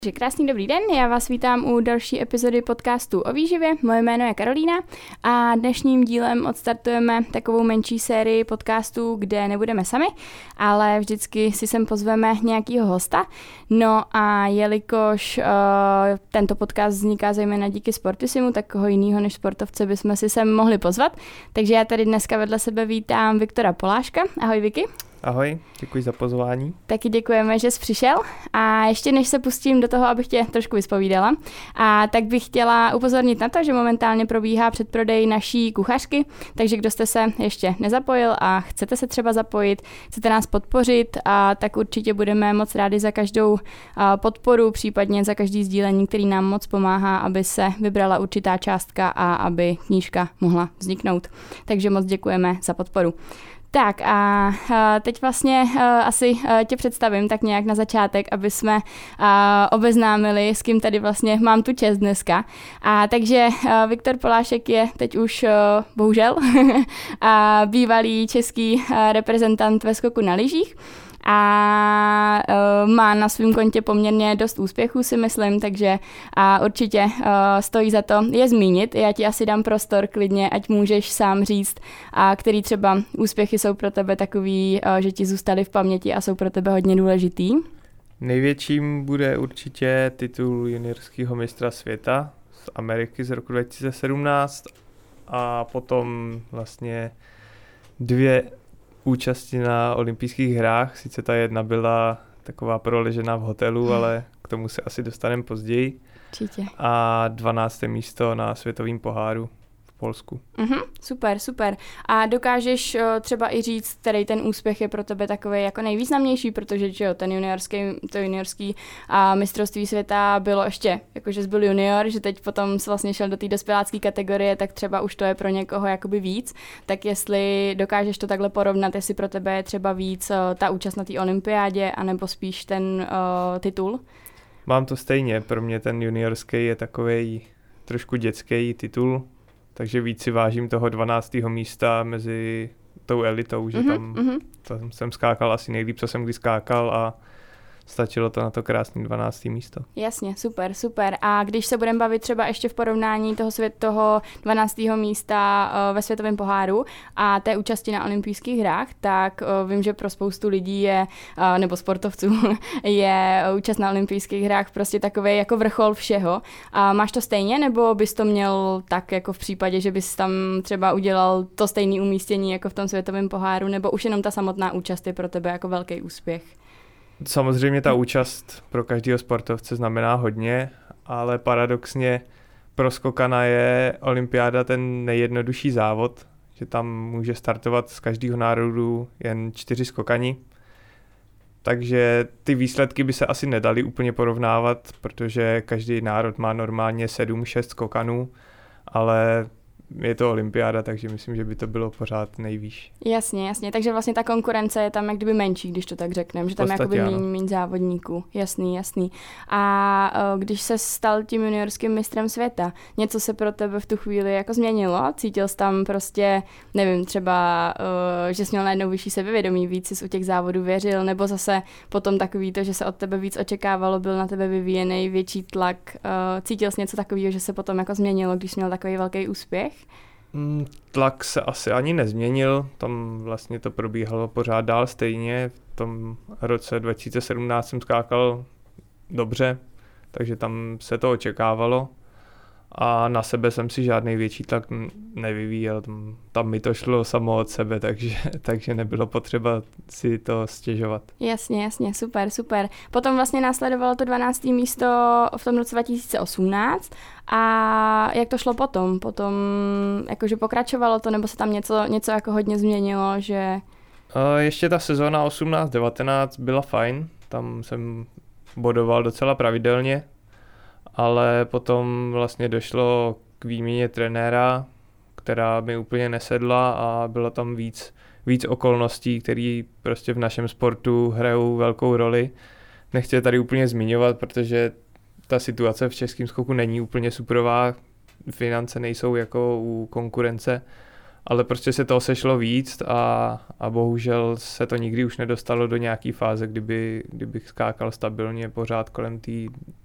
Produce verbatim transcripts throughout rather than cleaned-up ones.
Takže krásný dobrý den, já vás vítám u další epizody podcastu o výživě. Moje jméno je Karolína a dnešním dílem odstartujeme takovou menší sérii podcastů, kde nebudeme sami, ale vždycky si sem pozveme nějakýho hosta. No a jelikož uh, tento podcast vzniká zejména díky Sportisimu, tak koho jinýho než sportovce bychom si sem mohli pozvat. Takže já tady dneska vedle sebe vítám Viktora Poláška. Ahoj Vicky. Ahoj, děkuji za pozvání. Taky děkujeme, že jsi přišel a ještě než se pustím do toho, abych tě trošku vyspovídala, a tak bych chtěla upozornit na to, že momentálně probíhá předprodej naší kuchařky, takže kdo jste se ještě nezapojil a chcete se třeba zapojit, chcete nás podpořit, a tak určitě budeme moc rádi za každou podporu, případně za každý sdílení, který nám moc pomáhá, aby se vybrala určitá částka a aby knížka mohla vzniknout. Takže moc děkujeme za podporu. Tak a teď vlastně asi tě představím tak nějak na začátek, aby jsme obeznámili, s kým tady vlastně mám tu čest dneska. A takže Viktor Polášek je teď už bohužel bývalý český reprezentant ve skoku na lyžích. A uh, má na svém kontě poměrně dost úspěchů, si myslím, takže a určitě uh, stojí za to je zmínit. Já ti asi dám prostor klidně, ať můžeš sám říct, a který třeba úspěchy jsou pro tebe takový, uh, že ti zůstaly v paměti a jsou pro tebe hodně důležitý. Největším bude určitě titul juniorského mistra světa z Ameriky z roku dva tisíce sedmnáct a potom vlastně dvě účasti na olympijských hrách, sice ta jedna byla taková proležená v hotelu, hmm. ale k tomu se asi dostaneme později. Určitě. A dvanácté místo na světovém poháru v Polsku. Mm-hmm, super, super. A dokážeš uh, třeba i říct, který ten úspěch je pro tebe takový jako nejvýznamnější, protože že jo, ten juniorský, to juniorský uh, mistrovství světa bylo ještě, jakože jsi byl junior, že teď potom jsi vlastně šel do té dospělácké kategorie, tak třeba už to je pro někoho jakoby víc. Tak jestli dokážeš to takhle porovnat, jestli pro tebe je třeba víc uh, ta účast na té olympiádě, anebo spíš ten uh, titul? Mám to stejně, pro mě ten juniorský je takovej trošku dětský titul, takže víc si vážím toho dvanáctého místa mezi tou elitou, že mm-hmm, tam, mm-hmm. tam jsem skákal asi nejlíp, co jsem kdy skákal, a stačilo to na to krásné dvanácté místo. Jasně, super, super. A když se budeme bavit třeba ještě v porovnání toho, svět, toho dvanáctého místa uh, ve světovém poháru a té účasti na olympijských hrách, tak uh, vím, že pro spoustu lidí je, uh, nebo sportovců, je účast na olympijských hrách prostě takový jako vrchol všeho. A máš to stejně, nebo bys to měl tak jako v případě, že bys tam třeba udělal to stejné umístění jako v tom světovém poháru, nebo už jenom ta samotná účast je pro tebe jako velký úspěch? Samozřejmě ta účast pro každého sportovce znamená hodně, ale paradoxně pro skokana je olympiáda ten nejjednodušší závod, že tam může startovat z každého národu jen čtyři skokani. Takže ty výsledky by se asi nedaly úplně porovnávat, protože každý národ má normálně sedm šest skokanů, ale je to olympiáda, takže myslím, že by to bylo pořád nejvýš. Jasně, jasně, takže vlastně ta konkurence je tam jak kdyby menší, když to tak řekneme, že tam je jakoby méně méně závodníků. Jasný, jasný. A když se stal tím juniorským mistrem světa, něco se pro tebe v tu chvíli jako změnilo? Cítil jsi tam prostě, nevím, třeba, že jsi měl najednou vyšší sebevědomí, víc jsi u těch závodů věřil, nebo zase potom takový to, že se od tebe víc očekávalo, byl na tebe vyvíjený větší tlak. Cítil jsi něco takového, že se potom jako změnilo, když jsi měl takový velký úspěch? Tlak se asi ani nezměnil, tam vlastně to probíhalo pořád dál stejně. V tom roce dva tisíce sedmnáct jsem skákal dobře, takže tam se to očekávalo a na sebe jsem si žádný větší tlak nevyvíjel. Tam, tam mi to šlo samo od sebe, takže, takže nebylo potřeba si to stěžovat. Jasně, jasně, super, super. Potom vlastně následovalo to dvanácté místo v tom roce dva tisíce osmnáct a jak to šlo potom? Potom jakože pokračovalo to, nebo se tam něco, něco jako hodně změnilo, že... Ještě ta sezóna osmnáct devatenáct byla fajn, tam jsem bodoval docela pravidelně, ale potom vlastně došlo k výměně trenéra, která mi úplně nesedla a bylo tam víc, víc okolností, které prostě v našem sportu hrajou velkou roli. Nechci je tady úplně zmiňovat, protože ta situace v českém skoku není úplně superová, finance nejsou jako u konkurence, ale prostě se toho sešlo víc a, a bohužel se to nikdy už nedostalo do nějaký fáze, kdyby, kdybych skákal stabilně pořád kolem té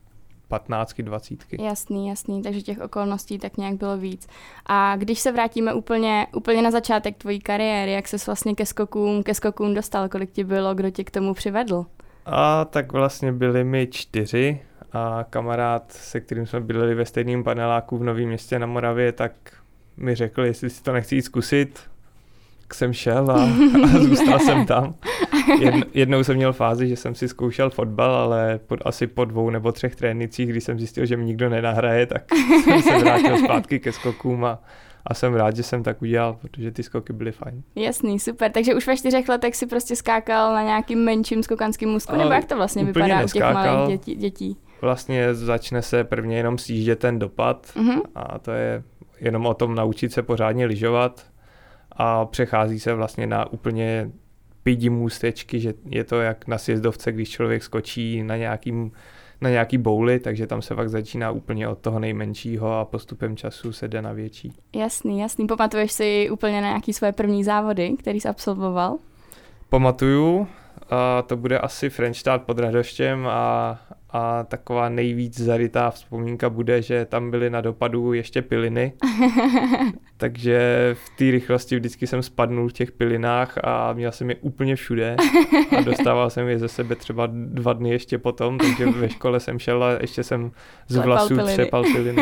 patnáctky, dvacítky. Jasný, jasný, takže těch okolností tak nějak bylo víc. A když se vrátíme úplně, úplně na začátek tvojí kariéry, jak ses vlastně ke skokům, ke skokům dostal, kolik ti bylo, kdo tě k tomu přivedl? A tak vlastně byli mi čtyři a kamarád, se kterým jsme bydleli ve stejném paneláku v Novém Městě na Moravě, tak mi řekl, jestli si to nechci jít zkusit, tak jsem šel a, a zůstal jsem tam. Jedn, jednou jsem měl fázi, že jsem si zkoušel fotbal, ale pod, asi po dvou nebo třech trénincích, když jsem zjistil, že mi nikdo nenahraje, tak jsem se vrátil zpátky ke skokům a, a jsem rád, že jsem tak udělal, protože ty skoky byly fajn. Jasný, super. Takže už ve čtyřech letech si prostě skákal na nějakým menším skokanským můstku, nebo jak to vlastně vypadá u těch malých dětí, dětí? Vlastně začne se prvně jenom sjíždět ten dopad uh-huh. a to je jenom o tom naučit se pořádně lyžovat a přechází se vlastně na úplně pidi můstečky, že je to jak na sjezdovce, když člověk skočí na nějaký, na nějaký bouly, takže tam se fakt začíná úplně od toho nejmenšího a postupem času se jde na větší. Jasný, jasný. Pamatuješ si úplně na nějaký svoje první závody, který jsi absolvoval? Pamatuju, a to bude asi Frenštát pod Radoštěm a, a taková nejvíc zarytá vzpomínka bude, že tam byly na dopadu ještě piliny, takže v té rychlosti vždycky jsem spadnul v těch pilinách a měl jsem je úplně všude a dostával jsem je ze sebe třeba dva dny ještě potom, takže ve škole jsem šel a ještě jsem z vlasů třepal piliny.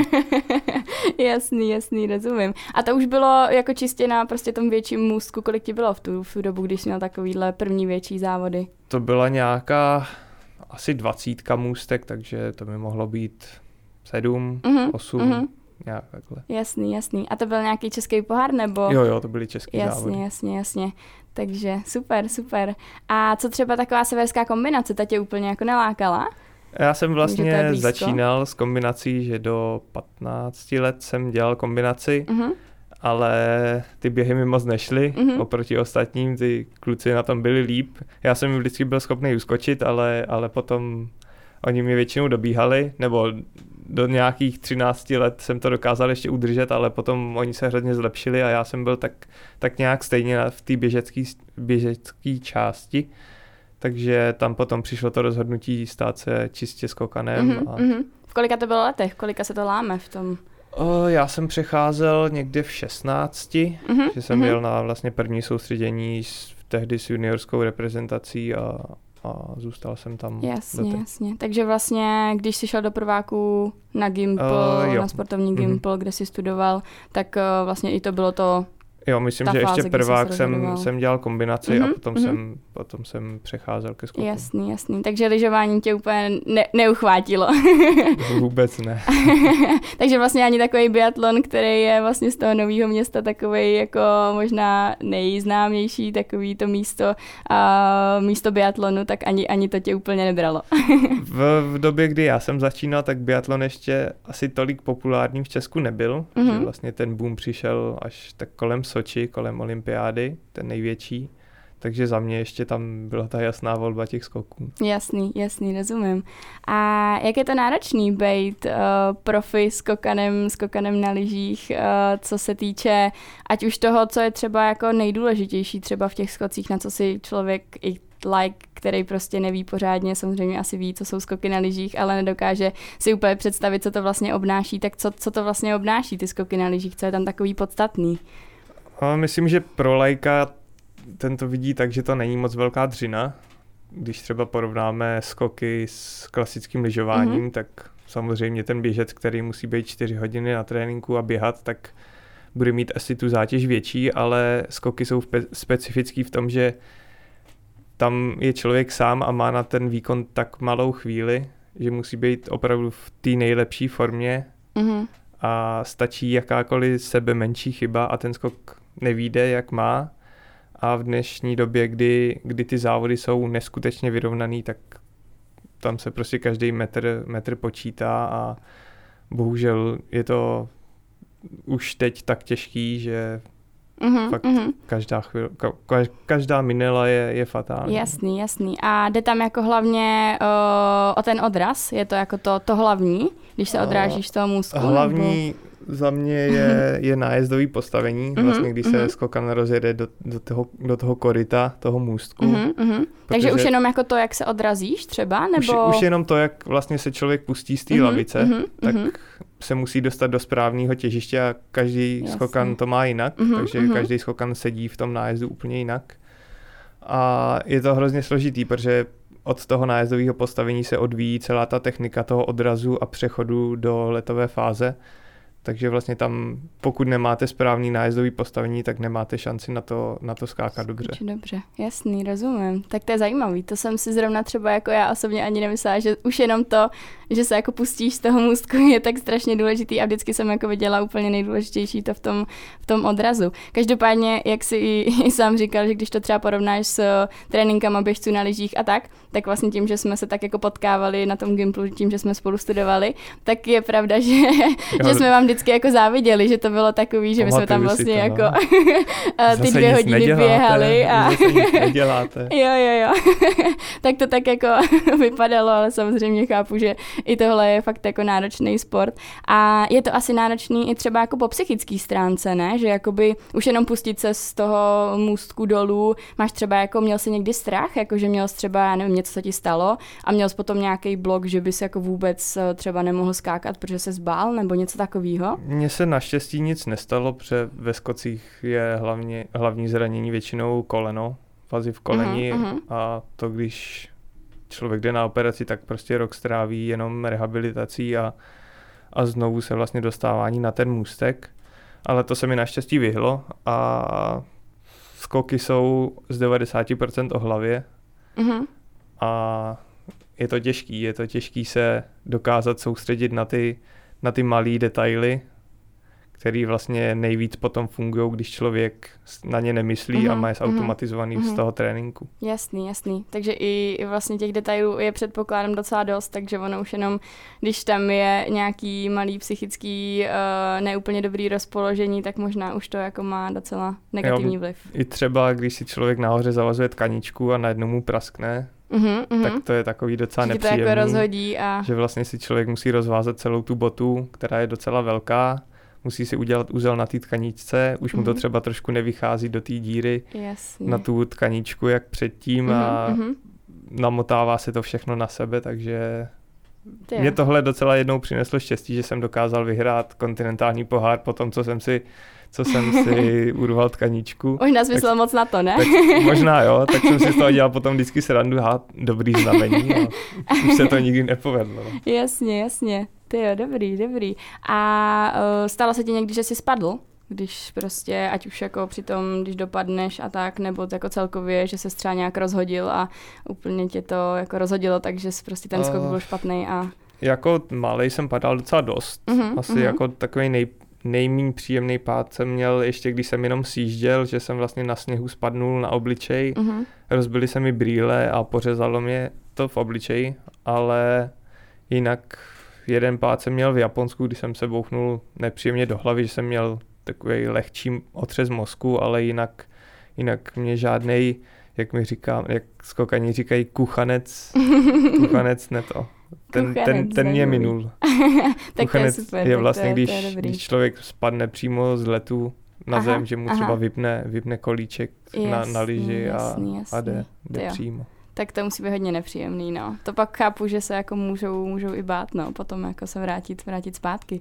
Jasný, jasný, rozumím. A to už bylo jako čistě na prostě tom větším můstku, kolik ti bylo v tu, v tu dobu, když jsi měl takovýhle první větší závody? To byla nějaká asi dvacítka můstek, takže to by mohlo být sedm, uh-huh, osm, uh-huh. nějak takhle. Jasný, jasný. A to byl nějaký český pohár, nebo? Jo, jo, to byly český jasně, závody. Jasně, jasně, takže super, super. A co třeba taková severská kombinace, ta tě úplně jako nelákala? Já jsem vlastně začínal s kombinací, že do patnácti let jsem dělal kombinaci, uh-huh. ale ty běhy mi moc nešly, uh-huh. oproti ostatním, ty kluci na tom byli líp. Já jsem vždycky byl schopný uskočit, ale, ale potom oni mi většinou dobíhali, nebo do nějakých třinácti let jsem to dokázal ještě udržet, ale potom oni se hrozně zlepšili a já jsem byl tak, tak nějak stejně v té běžecké části. Takže tam potom přišlo to rozhodnutí stát se čistě skokanem. Uh-huh, a... uh-huh. V kolika to bylo letech? Kolika se to láme v tom? O, já jsem přecházel někde v šestnácti, uh-huh, že jsem uh-huh. jel na vlastně první soustředění s, tehdy s juniorskou reprezentací a, a zůstal jsem tam. Jasně, jasně. Takže vlastně, když jsi šel do prváku na Gimpl, uh, na sportovní Gimpl, uh-huh. kde jsi studoval, tak uh, vlastně i to bylo to... Jo, myslím, že fáze, ještě prvák jsem, jsem dělal kombinaci mm-hmm, a potom, mm-hmm. jsem, potom jsem přecházel ke skoku. Jasný, jasný. Takže lyžování tě úplně ne, neuchvátilo. Vůbec ne. Takže vlastně ani takový biatlon, který je vlastně z toho Nového Města takovej jako možná nejznámější takový to místo a místo biatlonu, tak ani, ani to tě úplně nebralo. v, v době, kdy já jsem začínal, tak biatlon ještě asi tolik populární v Česku nebyl, mm-hmm. že vlastně ten boom přišel až tak kolem Soči, kolem olympiády, ten největší, takže za mě ještě tam byla ta jasná volba těch skoků. Jasný, jasný, rozumím. A jak je to náročný být uh, profi skokanem, skokanem na lyžích, uh, co se týče ať už toho, co je třeba jako nejdůležitější třeba v těch skocích, na co si člověk i like, který prostě neví pořádně, samozřejmě asi ví, co jsou skoky na lyžích, ale nedokáže si úplně představit, co to vlastně obnáší, tak co, co to vlastně obnáší ty skoky na lyžích, co je tam takový podstatný? A myslím, že pro laika ten to vidí tak, že to není moc velká dřina. Když třeba porovnáme skoky s klasickým lyžováním, mm-hmm. tak samozřejmě ten běžec, který musí být čtyři hodiny na tréninku a běhat, tak bude mít asi tu zátěž větší, ale skoky jsou pe- specifický v tom, že tam je člověk sám a má na ten výkon tak malou chvíli, že musí být opravdu v té nejlepší formě mm-hmm. a stačí jakákoliv sebe menší chyba a ten skok nevyjde, jak má. A v dnešní době, kdy, kdy ty závody jsou neskutečně vyrovnaný, tak tam se prostě každý metr, metr počítá a bohužel je to už teď tak těžký, že mm-hmm, fakt mm-hmm. každá chvíle, ka, každá minela je, je fatální. Jasný, jasný. A jde tam jako hlavně o, o ten odraz? Je to jako to, to hlavní, když se odrážíš z toho můstku? Hlavní, za mě je, je nájezdový postavení, Mm-hmm, vlastně když se mm-hmm. skokan rozjede do, do, toho, do toho koryta, toho můstku. Mm-hmm. Takže už jenom jako to, jak se odrazíš třeba, nebo... Už, už jenom to, jak vlastně se člověk pustí z té mm-hmm, lavice, mm-hmm, tak mm-hmm. se musí dostat do správného těžiště a každý Jasně. skokan to má jinak, mm-hmm, takže mm-hmm. každý skokan sedí v tom nájezdu úplně jinak. A je to hrozně složitý, protože od toho nájezdového postavení se odvíjí celá ta technika toho odrazu a přechodu do letové fáze. Takže vlastně tam, pokud nemáte správný nájezdový postavení, tak nemáte šanci na to, na to skákat dobře. Dobře, jasný, rozumím. Tak to je zajímavý. To jsem si zrovna třeba jako já osobně ani nemyslela, že už jenom to, že se jako pustíš z toho můstku, je tak strašně důležitý a vždycky jsem jako viděla úplně nejdůležitější to v tom, v tom odrazu. Každopádně, jak jsi i, i sám říkal, že když to třeba porovnáš s tréninkama běžců na lyžích a tak, tak vlastně tím, že jsme se tak jako potkávali na tom Gimplu, tím, že jsme spolu studovali, tak je pravda, že, že jsme vám vždycky jako záviděli, že to bylo takový, že my jsme tam vlastně to, jako no. ty dvě hodiny neděláte, běhali a nic neděláte. jo, jo, jo. Tak to tak jako vypadalo, ale samozřejmě chápu, že i tohle je fakt jako náročný sport a je to asi náročný i třeba jako po psychické stránce, ne? Že jakoby už jenom pustit se z toho můstku dolů, máš třeba jako, měl jsi někdy strach, jako že měl jsi třeba, já nevím, něco se ti stalo a měl jsi potom nějaký blok, že bys jako vůbec třeba nemohl skákat, protože se zbál nebo něco takového? Mně se naštěstí nic nestalo, protože ve skocích je hlavně, hlavní zranění většinou koleno, vazy v koleni uh-huh, uh-huh. a to, když člověk jde na operaci, tak prostě rok stráví jenom rehabilitací a, a znovu se vlastně dostávání na ten můstek, ale to se mi naštěstí vyhlo a skoky jsou z devadesát procent o hlavě uh-huh. a je to těžký, je to těžký se dokázat soustředit na ty, na ty malý detaily, který vlastně nejvíc potom fungují, když člověk na ně nemyslí uh-huh, a má je zautomatizovaný uh-huh. z toho tréninku. Jasný, jasný. Takže i vlastně těch detailů je předpokládám docela dost, takže ono už jenom, když tam je nějaký malý psychický uh, neúplně dobrý rozpoložení, tak možná už to jako má docela negativní jo, vliv. I třeba, když si člověk nahoře zavazuje tkaničku a najednou mu praskne, Uhum, uhum. tak to je takový docela že nepříjemný, to jako rozhodí a... že vlastně si člověk musí rozvázat celou tu botu, která je docela velká, musí si udělat úzel na té tkaničce, už mm-hmm. mu to třeba trošku nevychází do té díry Jasně. na tu tkaničku jak předtím mm-hmm, a mm-hmm. namotává se to všechno na sebe, takže Ty mě tohle docela jednou přineslo štěstí, že jsem dokázal vyhrát kontinentální pohár po tom, co jsem si co jsem si urval tkaničku. Možná jsi myslel moc na to, ne? Tak, možná jo, tak jsem si z toho dělal potom vždycky srandu, ha, dobrý znamení a už se to nikdy nepovedlo. Jasně, jasně. Ty jo, dobrý, dobrý. A uh, stalo se ti někdy, že jsi spadl? Když prostě, ať už jako při tom, když dopadneš a tak, nebo jako celkově, že se třeba nějak rozhodil a úplně tě to jako rozhodilo, takže prostě ten skok uh, byl špatný a... Jako malej jsem padal docela dost. Uh-huh, Asi uh-huh. jako takový nej, nejméně příjemný pád jsem měl ještě, když jsem jenom sjížděl, že jsem vlastně na sněhu spadnul na obličej. Uh-huh. Rozbily se mi brýle a pořezalo mě to v obličeji, ale jinak jeden pád jsem měl v Japonsku, když jsem se bouchnul nepříjemně do hlavy, že jsem měl takový lehčí otřes mozku, ale jinak, jinak mě žádnej, jak mi říká, jak skokani říkají, kuchanec, kuchanec ne to. Ten, kuchanec, ten, ten mě minul. Tak kuchanec to je super. Je vlastně, je, když, když člověk spadne přímo z letu na aha, zem, že mu aha. třeba vypne, vypne kolíček jasný, na, na lyži a, jasný, jasný. a jde, jde přímo. Tak to musí být hodně nepříjemný, no. To pak chápu, že se jako můžou, můžou i bát, no, potom jako se vrátit, vrátit zpátky.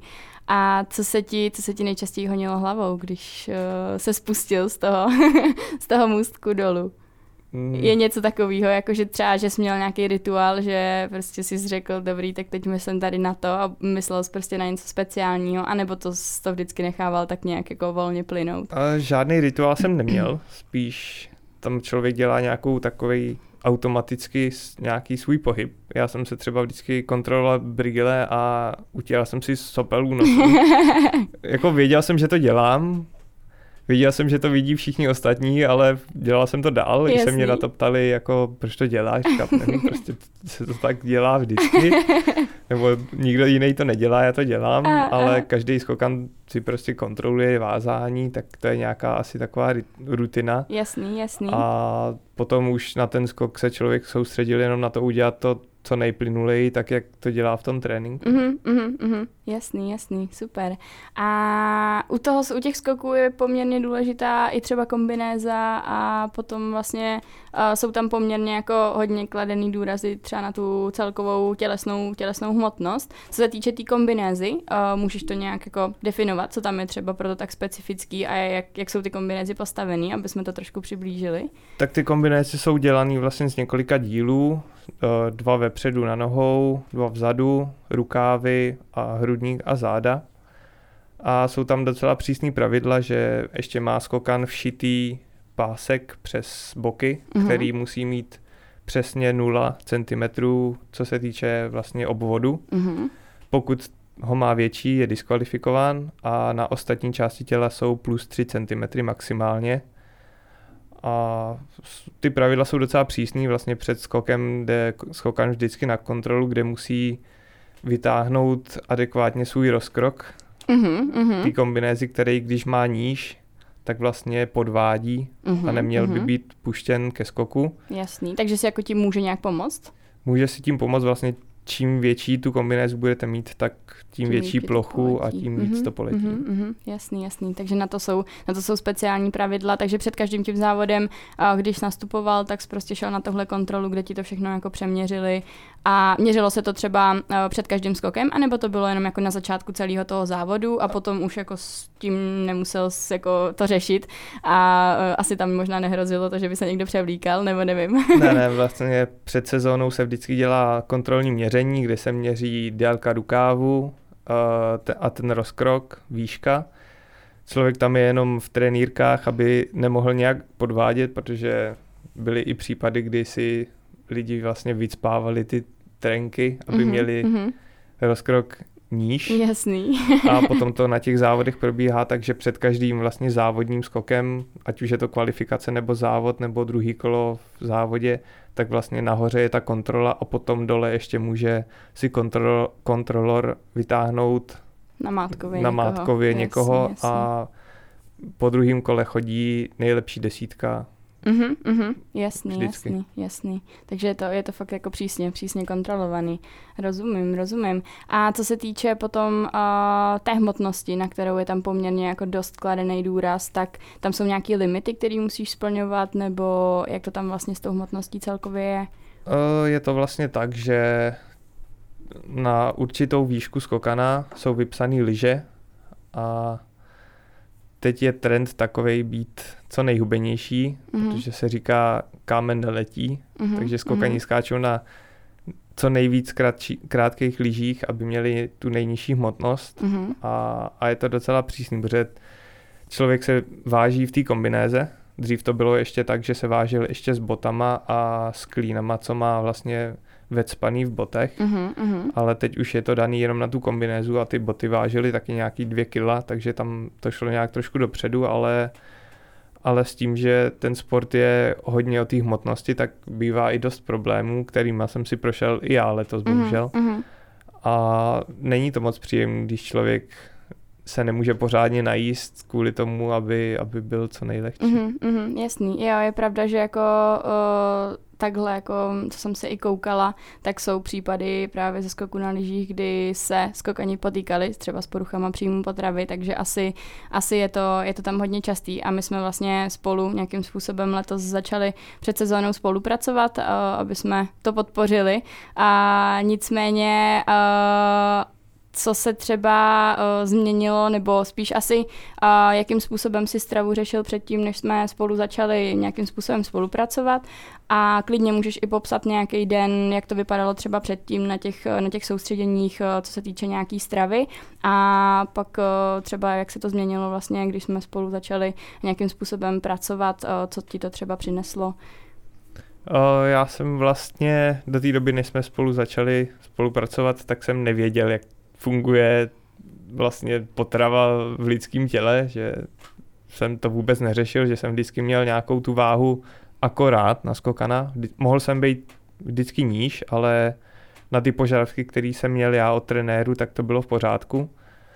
A co se ti, co se ti nejčastěji honilo hlavou, když uh, se spustil z toho, z toho můstku dolů? Mm. Je něco takového, jako že třeba, že jsi měl nějaký rituál, že prostě jsi řekl, dobrý, tak teď myslím tady na to a myslel jsi prostě na něco speciálního, anebo to, to vždycky nechával tak nějak jako volně plynout? A žádný rituál jsem neměl, spíš tam člověk dělá nějakou takovej automaticky nějaký svůj pohyb. Já jsem se třeba vždycky kontroloval brýle a utíral jsem si sopelů nosu. Jako věděl jsem, že to dělám, věděl jsem, že to vidí všichni ostatní, ale dělal jsem to dál, když se mě na to ptali, jako, proč to děláš, říkám, nevím, prostě se to tak dělá vždycky, nebo nikdo jiný to nedělá, já to dělám, a, ale a. každý skokan si prostě kontroluje vázání, tak to je nějaká asi taková rutina. Jasný, jasný. A potom už na ten skok se člověk soustředil jenom na to udělat to co nejplynuleji, tak jak to dělá v tom tréninku. Mm-hmm, mm-hmm, jasný, jasný, super. A u toho, u těch skoků je poměrně důležitá i třeba kombinéza a potom vlastně uh, jsou tam poměrně jako hodně kladený důrazy třeba na tu celkovou tělesnou, tělesnou hmotnost. Co se týče té tý kombinézy, uh, můžeš to nějak jako definovat, co tam je třeba proto tak specifický a jak, jak jsou ty kombinézy postavený, aby jsme to trošku přiblížili? Tak ty kombinézy jsou dělaný vlastně z několika dílů, dva vepředu na nohou, dva vzadu, rukávy a hrudník a záda. A jsou tam docela přísný pravidla, že ještě má skokan všitý pásek přes boky, mm-hmm. který musí mít přesně nula centimetrů, co se týče vlastně obvodu. Mm-hmm. Pokud ho má větší, je diskvalifikován a na ostatní části těla jsou plus tři centimetry maximálně. A ty pravidla jsou docela přísný, vlastně před skokem jde skokan vždycky na kontrolu, kde musí vytáhnout adekvátně svůj rozkrok. Mm-hmm, mm-hmm. Ty kombinézy, který když má níž, tak vlastně podvádí mm-hmm, a neměl mm-hmm. by být puštěn ke skoku. Jasný, takže si jako tím může nějak pomoct? Může si tím pomoct vlastně. Čím větší tu kombinézu budete mít, tak tím, tím větší plochu a tím víc mm-hmm, to poletí. Mm-hmm, mm-hmm, jasný, jasný. Takže na to, jsou, na to jsou speciální pravidla, takže před každým tím závodem, když nastupoval, tak jsi prostě šel na tohle kontrolu, kde ti to všechno jako přeměřili a měřilo se to třeba před každým skokem, anebo to bylo jenom jako na začátku celého toho závodu a potom už jako s tím nemusel jako to řešit a asi tam možná nehrozilo to, že by se někdo převlíkal, nebo nevím. Ne, ne, vlastně před sezónou se vždycky dělá kontrolní měření, kde se měří délka rukávu a ten rozkrok, výška. Člověk tam je jenom v trenýrkách, aby nemohl nějak podvádět, protože byly i případy, kdy si lidi vlastně vycpávali ty trenky, aby mm-hmm, měli mm-hmm. rozkrok níž. Jasný. A potom to na těch závodech probíhá, takže před každým vlastně závodním skokem, ať už je to kvalifikace nebo závod nebo druhý kolo v závodě, tak vlastně nahoře je ta kontrola a potom dole ještě může si kontrol, kontrolor vytáhnout na mátkově, na někoho, mátkově někoho jasný, jasný. A po druhém kole chodí nejlepší desítka. Mhm, mhm, jasný, vždycky. jasný, jasný. Takže je to, je to fakt jako přísně, přísně kontrolovaný. Rozumím, rozumím. A co se týče potom uh, té hmotnosti, na kterou je tam poměrně jako dost kladený důraz, tak tam jsou nějaké limity, které musíš splňovat, nebo jak to tam vlastně s tou hmotností celkově je? Uh, je to vlastně tak, že na určitou výšku skokana jsou vypsané lyže a teď je trend takovej být co nejhubenější, mm-hmm. protože se říká kámen neletí, mm-hmm. takže skokani mm-hmm. skáčou na co nejvíc krátči, krátkých lyžích, aby měli tu nejnižší hmotnost mm-hmm. a, a je to docela přísný, protože člověk se váží v té kombinéze. Dřív to bylo ještě tak, že se vážil ještě s botama a s klínama, co má vlastně vecpaný v botech, mm-hmm. ale teď už je to daný jenom na tu kombinézu a ty boty vážily taky nějaký dvě kila, takže tam to šlo nějak trošku dopředu, ale, ale s tím, že ten sport je hodně o té hmotnosti, tak bývá i dost problémů, kterýma jsem si prošel i já letos, bohužel. Mm-hmm. A není to moc příjemný, když člověk se nemůže pořádně najíst kvůli tomu, aby, aby byl co nejlehčí. Mm-hmm, mm, jasný. Jo, je pravda, že jako uh, takhle, jako, co jsem se i koukala, tak jsou případy právě ze skoku na lyžích, kdy se skokani potýkali třeba s poruchama příjmu potravy, takže asi, asi je, to, je to tam hodně častý a my jsme vlastně spolu nějakým způsobem letos začali před sezónou spolupracovat, uh, aby jsme to podpořili a nicméně uh, co se třeba uh, změnilo, nebo spíš asi uh, jakým způsobem si stravu řešil předtím, než jsme spolu začali nějakým způsobem spolupracovat a klidně můžeš i popsat nějaký den, jak to vypadalo třeba předtím na těch, na těch soustředěních, uh, co se týče nějaký stravy a pak uh, třeba jak se to změnilo vlastně, když jsme spolu začali nějakým způsobem pracovat, uh, co ti to třeba přineslo. Uh, já jsem vlastně do té doby, než jsme spolu začali spolupracovat, tak jsem nevěděl, jak funguje vlastně potrava v lidském těle, že jsem to vůbec neřešil, že jsem vždycky měl nějakou tu váhu akorát na skokana. Mohl jsem být vždycky níž, ale na ty požadavky, které jsem měl já od trenéru, tak to bylo v pořádku.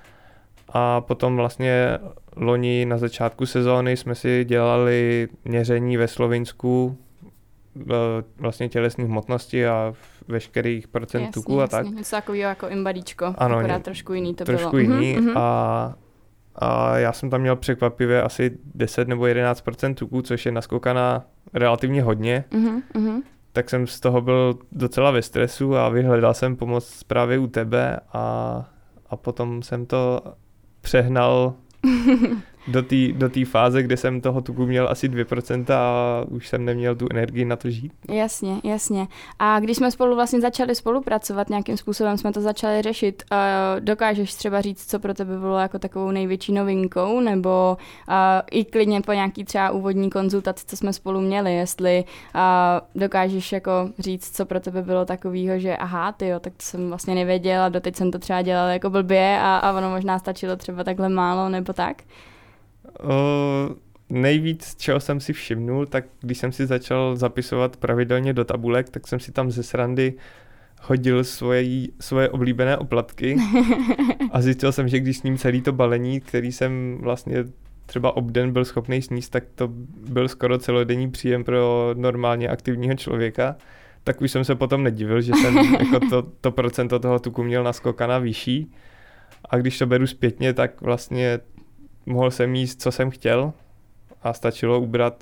A potom vlastně loni na začátku sezóny jsme si dělali měření ve Slovinsku vlastně tělesné hmotnosti a veškerých procent jasně, tuku a jasně. tak. Něco takového jako imbadíčko, ano, akorát trošku jiný to trošku bylo. Trošku jiný mm-hmm. a, a já jsem tam měl překvapivě asi deset nebo jedenáct procent tuku, což je naskoukaná relativně hodně. Mm-hmm. Tak jsem z toho byl docela ve stresu a vyhledal jsem pomoc právě u tebe a, a potom jsem to přehnal do té do té fáze, kde jsem toho tuku měl asi dvě procenta a už jsem neměl tu energii na to žít. Jasně, jasně. A když jsme spolu vlastně začali spolupracovat, nějakým způsobem jsme to začali řešit, uh, dokážeš třeba říct, co pro tebe bylo jako takovou největší novinkou, nebo uh, i klidně po nějaký třeba úvodní konzultaci, co jsme spolu měli, jestli uh, dokážeš jako říct, co pro tebe bylo takového, že aha, tyjo, tak to jsem vlastně nevěděl a doteď jsem to třeba dělala jako blbě a, a ono možná stačilo třeba takhle málo, nebo tak? Uh, nejvíc, čeho jsem si všimnul, tak když jsem si začal zapisovat pravidelně do tabulek, tak jsem si tam ze srandy hodil svoje, svoje oblíbené oplatky a zjistil jsem, že když sním celý to balení, který jsem vlastně třeba obden byl schopný sníst, tak to byl skoro celodenní příjem pro normálně aktivního člověka, tak už jsem se potom nedivil, že jsem jako to, to procento toho tuku měl naskokana vyšší a když to beru zpětně, tak vlastně mohl jsem jíst, co jsem chtěl a stačilo ubrat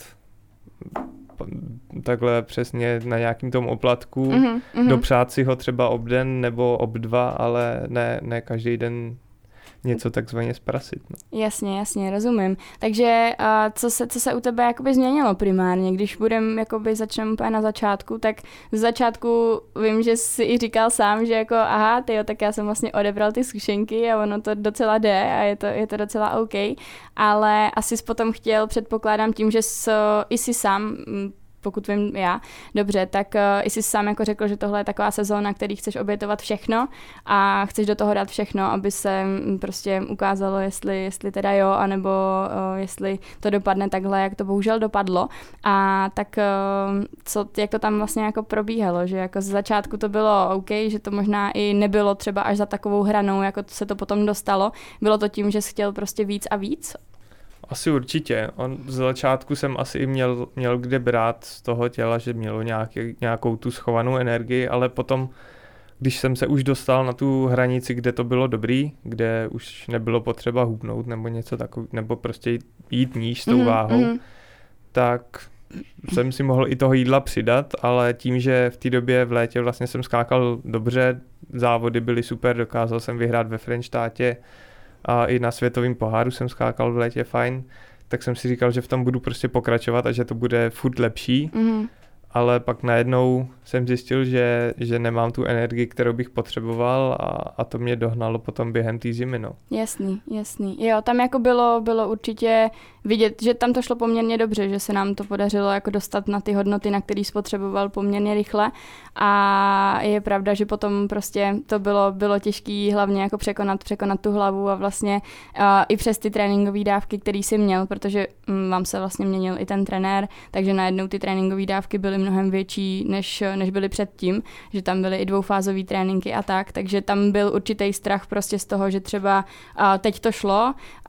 takhle přesně na nějakým tom oplatku, mm-hmm, mm-hmm. dopřát si ho třeba obden nebo obdva, ale ne, ne každý den něco takzvaně zprasit. No. Jasně, jasně, rozumím. Takže uh, co, se, co se u tebe jakoby změnilo primárně? Když budeme, jakoby začneme úplně na začátku, tak z začátku vím, že jsi i říkal sám, že jako aha, tyjo, tak já jsem vlastně odebral ty zkušenky a ono to docela jde a je to, je to docela OK, ale asi jsi potom chtěl, předpokládám tím, že jsi, i jsi sám pokud vím já, dobře, tak uh, jsi sám jako řekl, že tohle je taková sezóna, který chceš obětovat všechno a chceš do toho dát všechno, aby se m, prostě ukázalo, jestli, jestli teda jo, anebo uh, jestli to dopadne takhle, jak to bohužel dopadlo. A tak uh, co, jak to tam vlastně jako probíhalo, že jako z začátku to bylo OK, že to možná i nebylo třeba až za takovou hranou, jako se to potom dostalo. Bylo to tím, že jsi chtěl prostě víc a víc? Asi určitě. On, z začátku jsem asi i měl, měl kde brát z toho těla, že mělo nějaký, nějakou tu schovanou energii, ale potom, když jsem se už dostal na tu hranici, kde to bylo dobrý, kde už nebylo potřeba hubnout nebo něco takového, nebo prostě jít níž s tou mm, váhou, mm. tak jsem si mohl i toho jídla přidat, ale tím, že v té době v létě vlastně jsem skákal dobře, závody byly super, dokázal jsem vyhrát ve Frenštátě, a i na světovém poháru jsem skákal v létě fajn, tak jsem si říkal, že v tom budu prostě pokračovat a že to bude furt lepší, Mm. ale pak najednou jsem zjistil, že, že nemám tu energii, kterou bych potřeboval a, a to mě dohnalo potom během té zimy, no. Jasný, jasný. Jo, tam jako bylo, bylo určitě vidět, že tam to šlo poměrně dobře, že se nám to podařilo jako dostat na ty hodnoty, na který spotřeboval poměrně rychle a je pravda, že potom prostě to bylo, bylo těžký hlavně jako překonat, překonat tu hlavu a vlastně uh, i přes ty tréninkové dávky, který jsi měl, protože um, vám se vlastně měnil i ten trenér, takže najednou ty tréninkové dávky byly mnohem větší, než, než byly předtím, že tam byly i dvoufázové tréninky a tak, takže tam byl určitý strach prostě z toho, že třeba uh, teď to šlo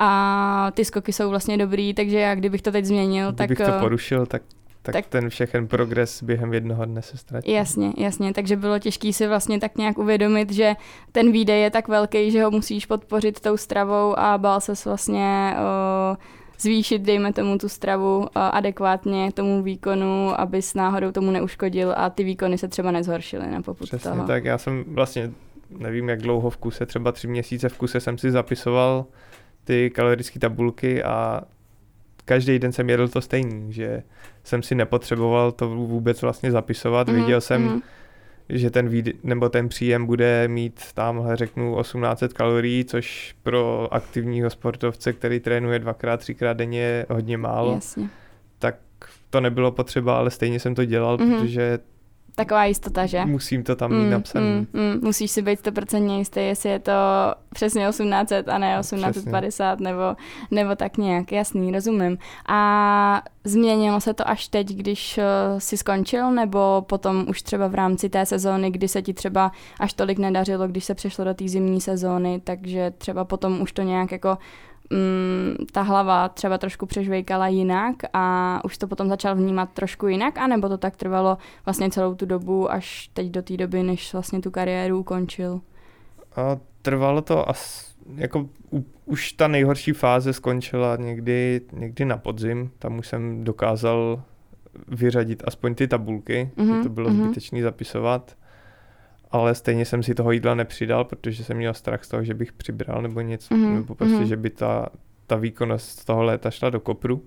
a ty skoky jsou vlastně dobrý, takže já kdybych to teď změnil, Kdybych tak... to porušil, tak, tak, tak ten všechen progres během jednoho dne se ztratí. Jasně, jasně, takže bylo těžké si vlastně tak nějak uvědomit, že ten výdej je tak velký, že ho musíš podpořit tou stravou a bál ses vlastně o, zvýšit, dejme tomu, tu stravu o, adekvátně tomu výkonu, abys náhodou tomu neuškodil a ty výkony se třeba nezhoršily na popud Přesně toho. tak, já jsem vlastně, nevím jak dlouho v kuse, třeba tři měsíce v kuse jsem si zapisoval ty kalorické tabulky a každý den jsem jedl to stejný, že jsem si nepotřeboval to vůbec vlastně zapisovat. Mm, Viděl jsem, mm. že ten výd- nebo ten příjem bude mít tamhle řeknu osmnáct set kalorií, což pro aktivního sportovce, který trénuje dvakrát, třikrát denně je hodně málo. Jasně. Tak to nebylo potřeba, ale stejně jsem to dělal, mm. protože taková jistota, že? Musím to tam mít mm, napsaný. Mm, mm, musíš si být sto procent jistý, jestli je to přesně osmnáct set a ne osmnáct set padesát nebo, nebo tak nějak, jasný, rozumím. A změnilo se to až teď, když uh, jsi skončil, nebo potom už třeba v rámci té sezóny, kdy se ti třeba až tolik nedařilo, když se přešlo do té zimní sezóny, takže třeba potom už to nějak jako mm, ta hlava třeba trošku přežvejkala jinak a už to potom začal vnímat trošku jinak, anebo to tak trvalo vlastně celou tu dobu až teď do té doby, než vlastně tu kariéru ukončil? A trvalo to asi, jako u, už ta nejhorší fáze skončila někdy, někdy na podzim, tam už jsem dokázal vyřadit aspoň ty tabulky, mm-hmm, to bylo mm-hmm. zbytečný zapisovat, ale stejně jsem si toho jídla nepřidal, protože jsem měl strach z toho, že bych přibral nebo něco, mm-hmm, nebo prostě, mm-hmm. že by ta, ta výkonnost z toho léta šla do kopru.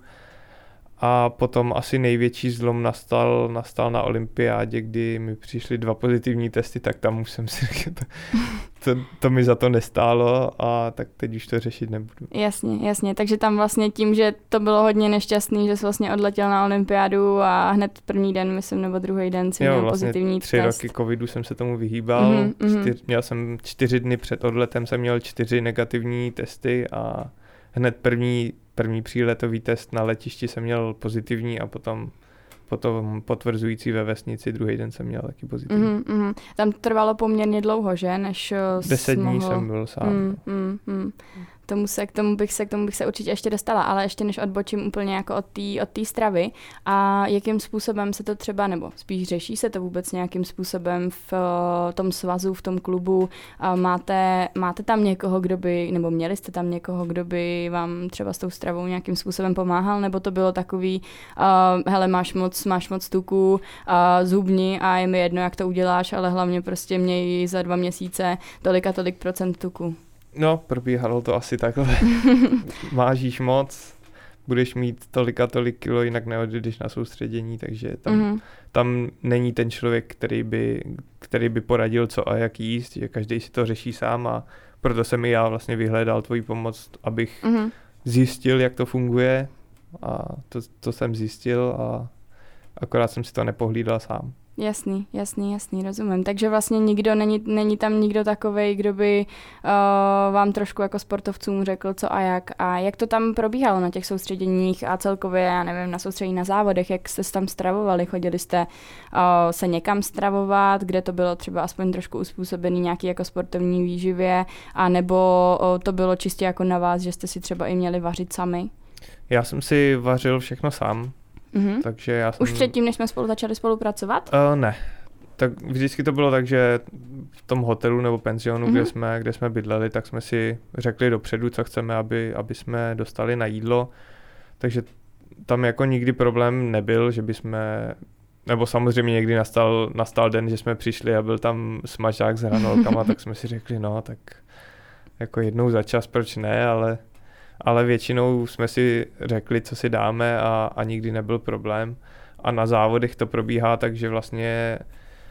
A potom asi největší zlom nastal, nastal na olympiádě, kdy mi přišly dva pozitivní testy, tak tam už jsem si řekl, to, to, to mi za to nestálo a tak teď už to řešit nebudu. Jasně, jasně, takže tam vlastně tím, že to bylo hodně nešťastný, že jsi vlastně odletěl na olympiádu a hned první den, myslím, nebo druhý den si jo, měl vlastně pozitivní tři test. tři roky covidu jsem se tomu vyhýbal, mm-hmm, čtyř, měl jsem čtyři dny před odletem, jsem měl čtyři negativní testy a hned první První příletový test na letišti jsem měl pozitivní a potom, potom potvrzující ve vesnici, druhý den jsem měl taky pozitivní. Mm, mm. Tam trvalo poměrně dlouho, že? Než Deset dní mohl... jsem byl sám. Mm, mm, mm. Tomu se, k tomu bych se, k tomu bych se určitě ještě dostala, ale ještě než odbočím úplně jako od té od té stravy a jakým způsobem se to třeba, nebo spíš řeší se to vůbec nějakým způsobem v uh, tom svazu, v tom klubu, uh, máte, máte tam někoho, kdo by, nebo měli jste tam někoho, kdo by vám třeba s tou stravou nějakým způsobem pomáhal, nebo to bylo takový, uh, hele, máš moc, máš moc tuku, uh, zhubni a je mi jedno, jak to uděláš, ale hlavně prostě měj za dva měsíce tolik a tolik procent tuku. No, probíhalo to asi takhle. Vážíš moc, budeš mít tolik a tolik kilo, jinak neodjedeš na soustředění, takže tam, mm-hmm. tam není ten člověk, který by, který by poradil, co a jak jíst, že každý si to řeší sám a proto jsem i já vlastně vyhledal tvoji pomoc, abych mm-hmm. zjistil, jak to funguje a to, to jsem zjistil a akorát jsem si to nepohlídal sám. Jasný, jasný, jasný, rozumím. Takže vlastně nikdo, není, není tam nikdo takovej, kdo by uh, vám trošku jako sportovcům řekl co a jak. A jak to tam probíhalo na těch soustředěních a celkově, já nevím, na soustředění na závodech, jak jste se tam stravovali? Chodili jste uh, se někam stravovat, kde to bylo třeba aspoň trošku uspůsobený nějaký jako sportovní výživě, a nebo uh, to bylo čistě jako na vás, že jste si třeba i měli vařit sami? Já jsem si vařil všechno sám. Mm-hmm. Takže já jsem... Už předtím, než jsme spolu začali spolupracovat? Uh, ne. Tak vždycky to bylo tak, že v tom hotelu nebo penzionu, mm-hmm. kde jsme, kde jsme bydleli, tak jsme si řekli dopředu, co chceme, aby, aby jsme dostali na jídlo. Takže tam jako nikdy problém nebyl, že by jsme... Nebo samozřejmě někdy nastal, nastal den, že jsme přišli a byl tam smažák s hranolkama, tak jsme si řekli, no tak jako jednou za čas, proč ne, ale... ale většinou jsme si řekli, co si dáme a, a nikdy nebyl problém. A na závodech to probíhá tak, že vlastně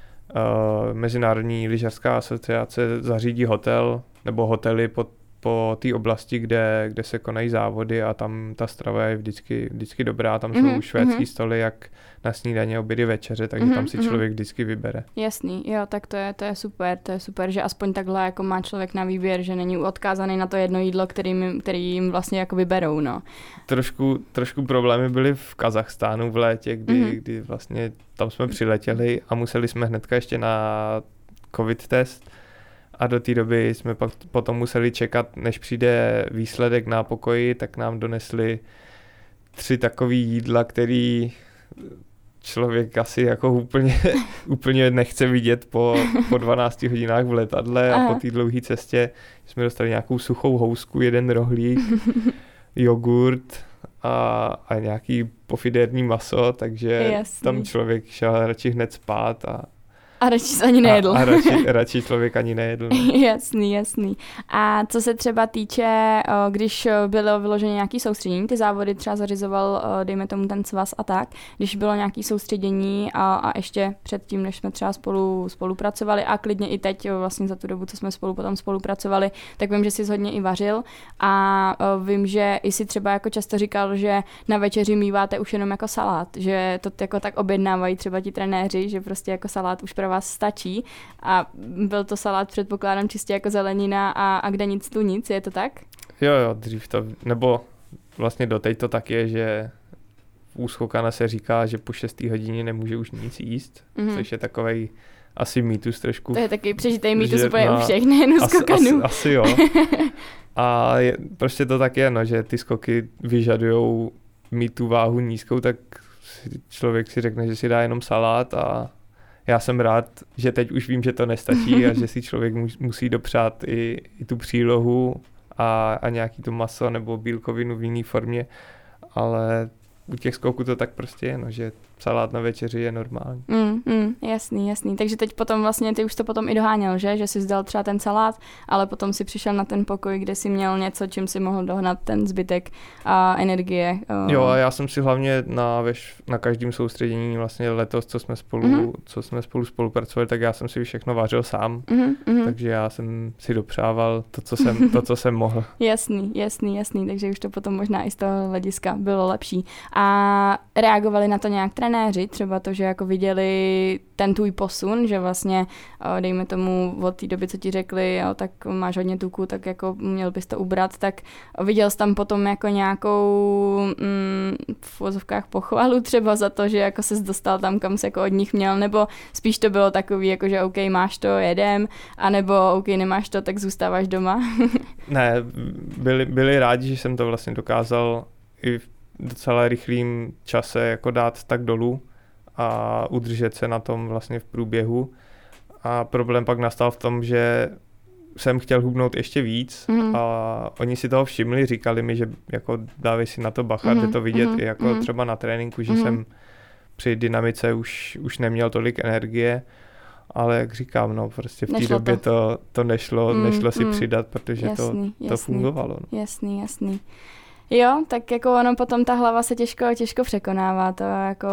uh, Mezinárodní lyžařská asociace zařídí hotel nebo hotely po, po té oblasti, kde, kde se konají závody a tam ta strava je vždycky, vždycky dobrá. Tam mm-hmm, jsou švédský mm-hmm. stoly jak na snídaně, obědy, večeře, takže mm-hmm, tam si člověk mm-hmm. vždycky vybere. Jasný, jo, tak to je, to je super, to je super, že aspoň takhle jako má člověk na výběr, že není odkázaný na to jedno jídlo, kterým, který jim vlastně jako vyberou, no. Trošku, trošku problémy byly v Kazachstánu v létě, kdy, mm-hmm. kdy vlastně tam jsme přiletěli a museli jsme hnedka ještě na covid test a do té doby jsme pak potom museli čekat, než přijde výsledek na pokoji, tak nám donesli tři takový jídla, který člověk asi jako úplně, úplně nechce vidět po, po dvanácti hodinách v letadle. Aha. A po té dlouhé cestě jsme dostali nějakou suchou housku, jeden rohlík, jogurt a, a nějaký pofidérní maso, takže jasný. Tam člověk šel radši hned spát a A radši se ani nejedl. A, a radši, radši člověk ani nejedl. Jasný, jasný. A co se třeba týče, když bylo vyloženě nějaký soustředění, ty závody třeba zařizoval, dejme tomu ten svaz a tak, když bylo nějaký soustředění a, a ještě předtím, než jsme třeba spolu spolupracovali a klidně i teď vlastně za tu dobu, co jsme spolu potom spolupracovali, tak vím, že jsi hodně i vařil a vím, že i si třeba jako často říkal, že na večeři míváte už jenom jako salát, že to jako tak objednávají třeba ti trenéři, že prostě jako salát už pro vás stačí a byl to salát, předpokládám, čistě jako zelenina a, a kde nic tu nic, je to tak? Jo, jo, dřív to, nebo vlastně doteď to tak je, že v úskokana se říká, že po šesté hodině nemůže už nic jíst, mm-hmm. což je takovej asi mýtus trošku. To je taky přežitej mýtus úplně no, u všech, nejen u skokanů. Asi, asi jo. A je, prostě to tak je, no, že ty skoky vyžadujou mít tu váhu nízkou, tak člověk si řekne, že si dá jenom salát a já jsem rád, že teď už vím, že to nestačí a že si člověk musí dopřát i, i tu přílohu a, a nějaký to maso nebo bílkovinu v jiné formě, ale u těch skoků to tak prostě je, no, že salát na večeři je normální. Mm, mm, jasný, jasný. Takže teď potom vlastně ty už to potom i doháněl, že? Že jsi zdal třeba ten salát, ale potom si přišel na ten pokoj, kde jsi měl něco, čím si mohl dohnat ten zbytek a energie. Jo, a já jsem si hlavně na, veš, na každém soustředění vlastně letos, co jsme spolu, mm-hmm. co jsme spolu spolupracovali, tak já jsem si všechno vařil sám, mm-hmm. takže já jsem si dopřával to, co jsem, to, co jsem mohl. Jasný, jasný, jasný, takže už to potom možná i z toho hlediska bylo lepší. A reagovali na to nějak trenéři, třeba to, že jako viděli ten tvůj posun, že vlastně, dejme tomu od té doby, co ti řekli, jo, tak máš hodně tuku, tak jako měl bys to ubrat, tak viděl jsi tam potom jako nějakou mm, v vozovkách pochvalu třeba za to, že jako ses dostal tam, kam se jako od nich měl, nebo spíš to bylo takový, jako že OK, máš to, jedem, anebo OK, nemáš to, tak zůstáváš doma? Ne, byli, byli rádi, že jsem to vlastně dokázal i v docela rychlým čase jako dát tak dolů a udržet se na tom vlastně v průběhu. A problém pak nastal v tom, že jsem chtěl hubnout ještě víc mm. a oni si toho všimli, říkali mi, že jako dávej si na to bacha, mm. že to vidět mm. i jako mm. třeba na tréninku, že mm. jsem při dynamice už, už neměl tolik energie, ale jak říkám, no prostě v té době to, to, to nešlo, mm. nešlo si mm. přidat, protože jasný, to, to jasný, fungovalo. No. Jasný, jasný. Jo, tak jako ono potom ta hlava se těžko, těžko překonává, to jako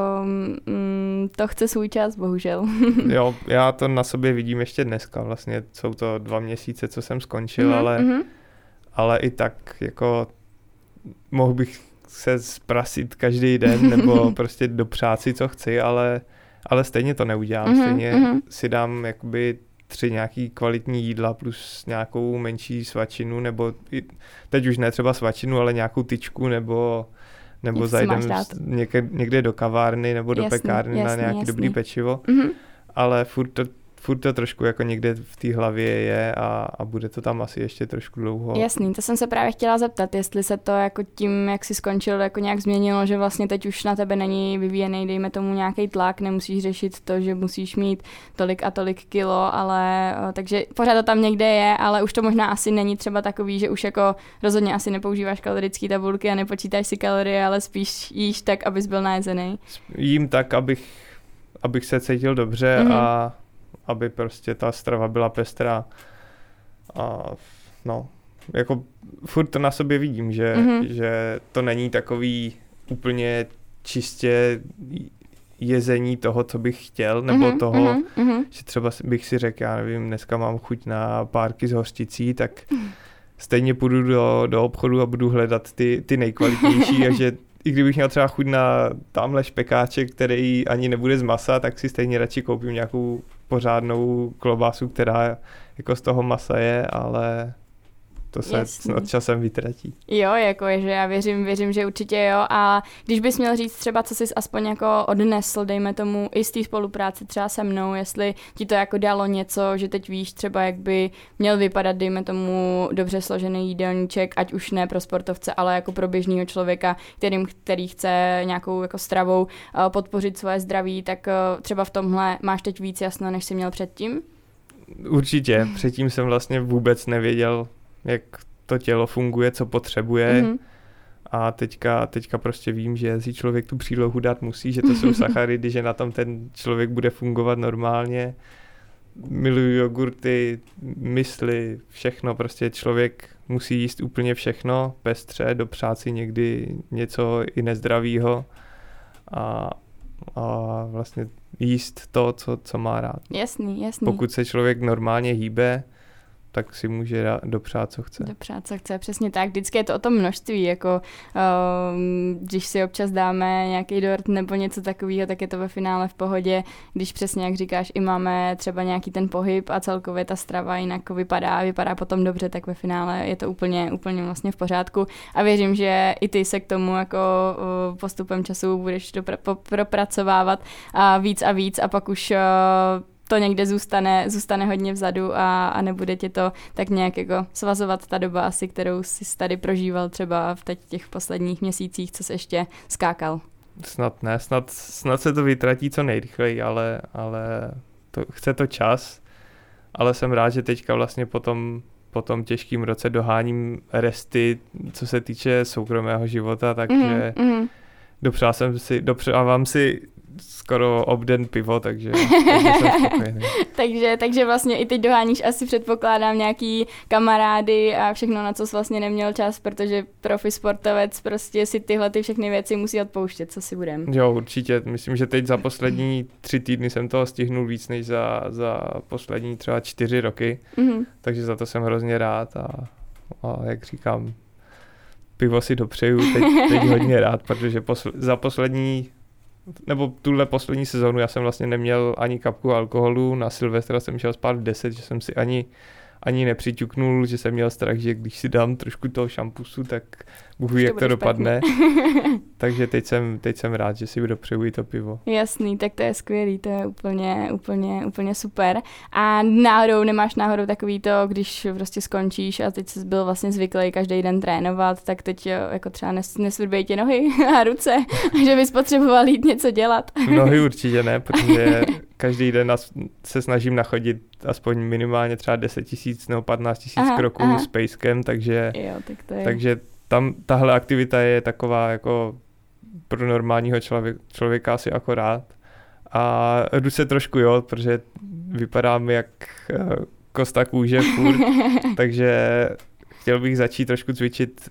mm, to chce svůj čas, bohužel. Jo, já to na sobě vidím ještě dneska, vlastně jsou to dva měsíce, co jsem skončil, mm-hmm, ale, mm-hmm. ale i tak jako mohl bych se zprasit každý den nebo prostě dopřát si, co chci, ale, ale stejně to neudělám, mm-hmm, stejně mm-hmm. si dám jakoby tři nějaký kvalitní jídla plus nějakou menší svačinu, nebo teď už ne třeba svačinu, ale nějakou tyčku, nebo, nebo zajdem někde, někde do kavárny nebo do jasný, pekárny jasný, na nějaký jasný. Dobrý pečivo. Mm-hmm. Ale furt to, furt to trošku jako někde v té hlavě je a, a bude to tam asi ještě trošku dlouho. Jasný, to jsem se právě chtěla zeptat, jestli se to jako tím, jak jsi skončil, jako nějak změnilo, že vlastně teď už na tebe není vyvíjený, dejme tomu nějaký tlak, nemusíš řešit to, že musíš mít tolik a tolik kilo, ale takže pořád to tam někde je, ale už to možná asi není třeba takový, že už jako rozhodně asi nepoužíváš kalorické tabulky a nepočítáš si kalorie, ale spíš jíš tak, abys byl najezený. Jím tak, abych, abych se cítil dobře mm-hmm. a aby prostě ta strava byla pestrá. A no, jako furt to na sobě vidím, že, mm-hmm. že to není takový úplně čistě jezení toho, co bych chtěl, nebo mm-hmm, toho, mm-hmm. že třeba bych si řekl, já nevím, dneska mám chuť na párky s hořčicí, tak mm. stejně půjdu do, do obchodu a budu hledat ty, ty nejkvalitnější a že i kdybych měl třeba chuť na tamhle špekáček, který ani nebude z masa, tak si stejně radši koupím nějakou pořádnou klobásu, která jako z toho masa je, ale to se jasný. Snad časem vytratí. Jo, jako je, že já věřím, věřím, že určitě jo. A když bys měl říct třeba, co jsi aspoň jako odnesl, dejme tomu i z té spolupráce třeba se mnou, jestli ti to jako dalo něco, že teď víš třeba, jak by měl vypadat, dejme tomu dobře složený jídelníček, ať už ne pro sportovce, ale jako pro běžného člověka, kterým, který chce nějakou jako stravou podpořit svoje zdraví, tak třeba v tomhle máš teď víc jasno, než jsi měl předtím? Určitě. Předtím jsem vlastně vůbec nevěděl, jak to tělo funguje, co potřebuje mm-hmm. a teďka, teďka prostě vím, že si člověk tu přílohu dát musí, že to jsou sacharidy, že na tom ten člověk bude fungovat normálně. Miluju jogurty, mysli, všechno, prostě člověk musí jíst úplně všechno, pestře, dopřát si někdy něco i nezdravýho a, a vlastně jíst to, co, co má rád. Jasný, jasný. Pokud se člověk normálně hýbe, tak si může dopřát, co chce. Dopřát, co chce, přesně tak. Vždycky je to o tom množství, jako um, když si občas dáme nějaký dort nebo něco takového, tak je to ve finále v pohodě. Když přesně, jak říkáš, i máme třeba nějaký ten pohyb a celkově ta strava jinak vypadá, vypadá potom dobře, tak ve finále je to úplně, úplně vlastně v pořádku. A věřím, že i ty se k tomu jako uh, postupem času budeš dopra- propracovávat a víc a víc a pak už uh, to někde zůstane, zůstane hodně vzadu a, a nebude tě to tak nějak jako svazovat ta doba asi, kterou jsi tady prožíval třeba v teď těch posledních měsících, co jsi ještě skákal. Snad ne, snad, snad se to vytratí co nejrychleji, ale, ale to, chce to čas, ale jsem rád, že teďka vlastně po tom, po tom těžkým roce doháním resty, co se týče soukromého života, takže mm-hmm. dopřál jsem si, dopřávám si skoro obden pivo, takže, takže jsem spokojený. takže, takže vlastně i teď doháníš asi předpokládám nějaký kamarády a všechno, na co jsi vlastně neměl čas, protože profi sportovec prostě si tyhle ty všechny věci musí odpouštět, co si budem. Jo, určitě. Myslím, že teď za poslední tři týdny jsem toho stihnul víc než za, za poslední třeba čtyři roky, mm-hmm. takže za to jsem hrozně rád a, a jak říkám, pivo si dopřeju teď, teď hodně rád, protože posl- za poslední nebo tuhle poslední sezónu já jsem vlastně neměl ani kapku alkoholu, na Silvestra jsem šel spát v deset, že jsem si ani, ani nepřiťuknul, že jsem měl strach, že když si dám trošku toho šampusu, tak Bůh ví, jak to dopadne. Takže teď jsem, teď jsem rád, že si dopřeju to pivo. Jasný, tak to je skvělý, to je úplně, úplně, úplně super. A náhodou, nemáš náhodou takový to, když prostě skončíš a teď jsi byl vlastně zvyklý každý den trénovat, tak teď jako třeba nes, nesvrbějí tě nohy a ruce, že bys potřeboval jít něco dělat. Nohy určitě ne, protože každý den se snažím nachodit aspoň minimálně třeba deset tisíc nebo patnáct tisíc kroků aha. s pejskem, takže, jo, tak to je. takže tam tahle aktivita je taková jako pro normálního člověk, člověka asi akorát. A jdu se trošku, jo, protože vypadám jak kosta kůže furt, takže chtěl bych začít trošku cvičit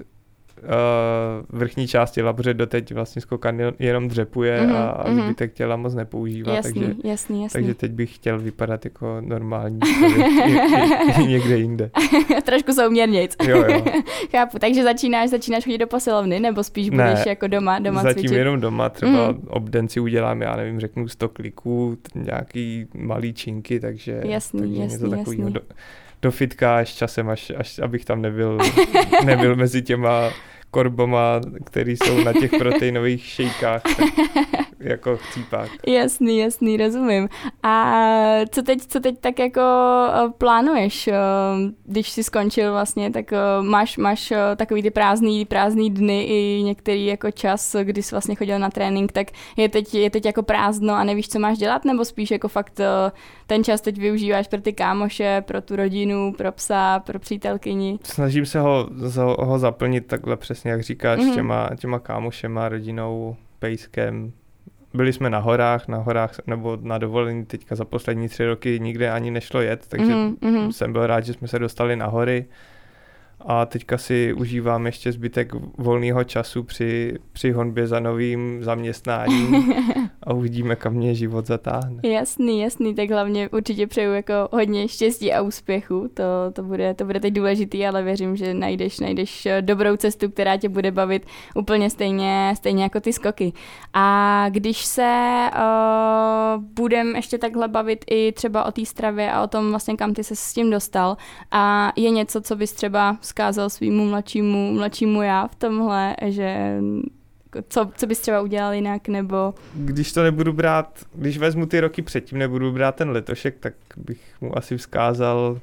uh, vrchní část těla, protože doteď vlastně skokan jenom dřepuje mm-hmm, a, a zbytek těla moc nepoužívá. Jasný, takže, jasný, jasný. takže teď bych chtěl vypadat jako normální člověk někde jinde. Trošku souměrnějc. Jo, jo. Chápu, takže začínáš, začínáš chodit do posilovny, nebo spíš budeš ne, jako doma, doma zatím cvičit? jenom doma, třeba mm. obden si udělám, já nevím, řeknu sto kliků, nějaký malý činky, takže, jasný, takže jasný, něco takového. jasný. Do, do fitka až časem, až, až abych tam nebyl, nebyl mezi těma korbama, který jsou na těch proteinových šejkách, jako chcípák. Jasný, jasný, rozumím. A co teď, co teď tak jako plánuješ, když jsi skončil vlastně, tak máš, máš takový ty prázdný, prázdný dny i některý jako čas, kdy jsi vlastně chodil na trénink, tak je teď, je teď jako prázdno a nevíš, co máš dělat, nebo spíš jako fakt ten čas teď využíváš pro ty kámoše, pro tu rodinu, pro psa, pro přítelkyni? Snažím se ho, ho zaplnit takhle přesně, jak říkáš, mm-hmm. těma, těma kámošema, rodinou, pejskem. Byli jsme na horách, na horách nebo na dovolení teďka za poslední tři roky nikde ani nešlo jet, takže mm-hmm. jsem byl rád, že jsme se dostali na hory. A teďka si užívám ještě zbytek volného času při, při honbě za novým zaměstnáním a uvidíme, kam mě život zatáhne. Jasný, jasný, tak hlavně určitě přeju jako hodně štěstí a úspěchu, to, to, bude, to bude teď důležitý, ale věřím, že najdeš, najdeš dobrou cestu, která tě bude bavit úplně stejně, stejně jako ty skoky. A když se uh, budem ještě takhle bavit i třeba o té stravě a o tom vlastně, kam ty se s tím dostal, a je něco, co bys třeba vzkázal svýmu mladšímu, mladšímu já v tomhle, že co, co bys třeba udělal jinak, nebo... Když to nebudu brát, když vezmu ty roky předtím, nebudu brát ten letošek, tak bych mu asi vzkázal,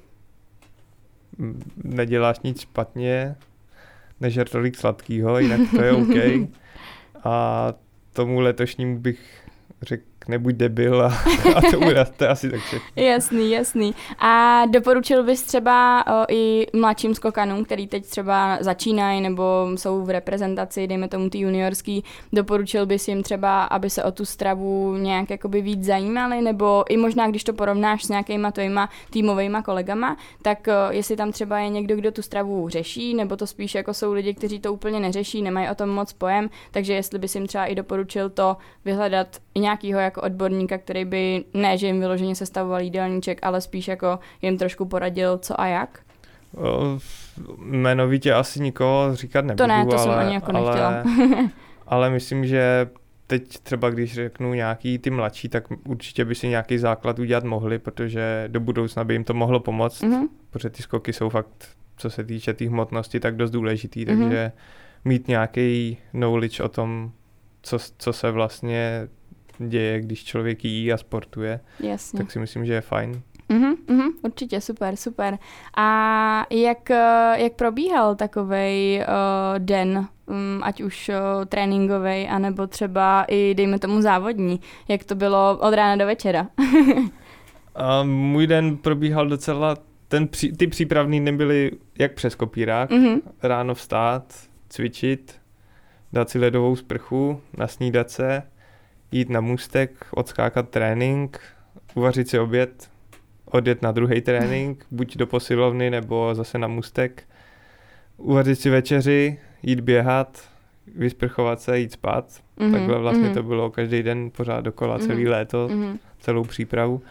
neděláš nic špatně, nežer tolik sladkýho, jinak to je OK. A tomu letošnímu bych řekl, nebuď debil a, a to bude to asi tak všechno. Jasný, jasný. A doporučil bys třeba o, i mladším skokanům, který teď třeba začínají nebo jsou v reprezentaci, dejme tomu ty juniorský, doporučil bys jim třeba, aby se o tu stravu nějak jakoby víc zajímali, nebo i možná, když to porovnáš s nějakýma tvojima týmovejma kolegama, tak o, jestli tam třeba je někdo, kdo tu stravu řeší, nebo to spíš jako jsou lidi, kteří to úplně neřeší, nemají o tom moc pojem, takže jestli bys jim třeba i doporučil to vyhledat i nějakýho jako odborníka, který by ne, že jim vyloženě sestavoval jídelníček, ale spíš jako jim trošku poradil co a jak? Jmenovitě asi nikoho říkat nebudu, to ne, to ale, jsem ani jako nechtěla. Ale, ale myslím, že teď třeba když řeknu nějaký ty mladší, tak určitě by si nějaký základ udělat mohli, protože do budoucna by jim to mohlo pomoct, mm-hmm. protože ty skoky jsou fakt, co se týče té hmotnosti, tak dost důležitý, mm-hmm. takže mít nějaký knowledge o tom, co, co se vlastně děje, když člověk jí a sportuje, Jasně. tak si myslím, že je fajn. Uhum, uhum, určitě, super, super. A jak, jak probíhal takovej uh, den, um, ať už uh, tréninkovej, anebo třeba i, dejme tomu, závodní? Jak to bylo od rána do večera? A můj den probíhal docela, ten, ty přípravný dny byly jak přes kopírák, Mm-hmm. ráno vstát, cvičit, dát si ledovou sprchu, nasnídat se, jít na můstek, odskákat trénink, uvařit si oběd, odjet na druhý trénink, buď do posilovny nebo zase na můstek, uvařit si večeři, jít běhat, vysprchovat se, jít spát. Mm-hmm. Takhle vlastně mm-hmm. to bylo každý den pořád dokola, celý mm-hmm. léto, mm-hmm. celou přípravu.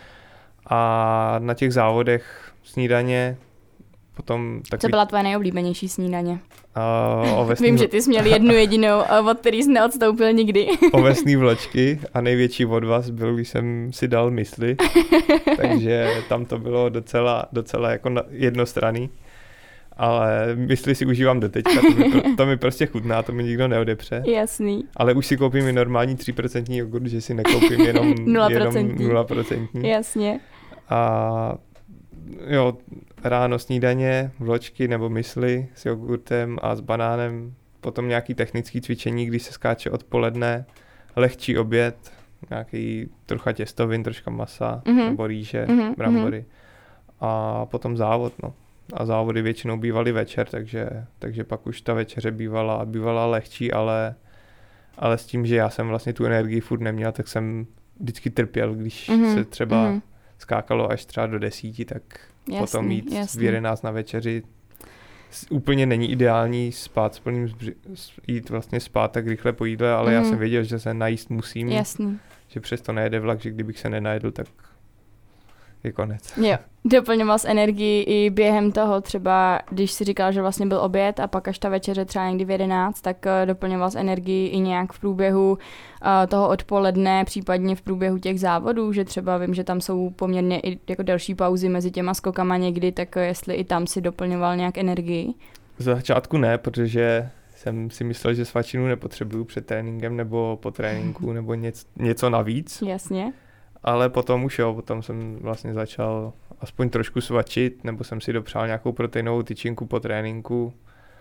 A na těch závodech snídaně, potom takový... Co byla tvoje nejoblíbenější snídaně? Uh, ovesný... Vím, že ty jsi měl jednu jedinou, od který jsi neodstoupil nikdy. Ovesný vločky a největší od vás byl, když jsem si dal mysli, takže tam to bylo docela, docela jako jednostranný. Ale mysli si užívám doteďka, to mi, to mi prostě chutná, to mi nikdo neodepře. Jasný. Ale už si koupím i normální tři procenta jogurt, že si nekoupím jenom nula procent. Jasně. A jo, ráno snídaně, vločky nebo mysli s jogurtem a s banánem, potom nějaký technický cvičení, když se skáče odpoledne, lehčí oběd, nějaký trocha těstovin, troška masa, mm-hmm. nebo rýže, mm-hmm. brambory a potom závod, no. A závody většinou bývaly večer, takže, takže pak už ta večeře bývala, bývala lehčí, ale, ale s tím, že já jsem vlastně tu energii furt neměl, tak jsem vždycky trpěl, když mm-hmm. se třeba mm-hmm. skákalo až třeba do desíti, tak jasný, potom jít jasný. v jedenáct na večeři úplně není ideální spát s plným zbři- jít vlastně spát tak rychle po jídle, ale mm-hmm. já jsem věděl, že se najíst musím, jasný. že přesto nejede vlak, že kdybych se nenajedl, tak je konec. Jo, doplňoval s energii i během toho, třeba když si říkal, že vlastně byl oběd a pak až ta večeře třeba někdy v jedenáct, tak uh, doplňoval s energii i nějak v průběhu uh, toho odpoledne, případně v průběhu těch závodů, že třeba vím, že tam jsou poměrně i jako delší pauzy mezi těma skokama někdy, tak uh, jestli i tam si doplňoval nějak energii? Z začátku ne, protože jsem si myslel, že svačinu nepotřebuju před tréninkem nebo po tréninku nebo něco, něco navíc. Jasně. Ale potom už jo, potom jsem vlastně začal aspoň trošku svačit, nebo jsem si dopřál nějakou proteinovou tyčinku po tréninku.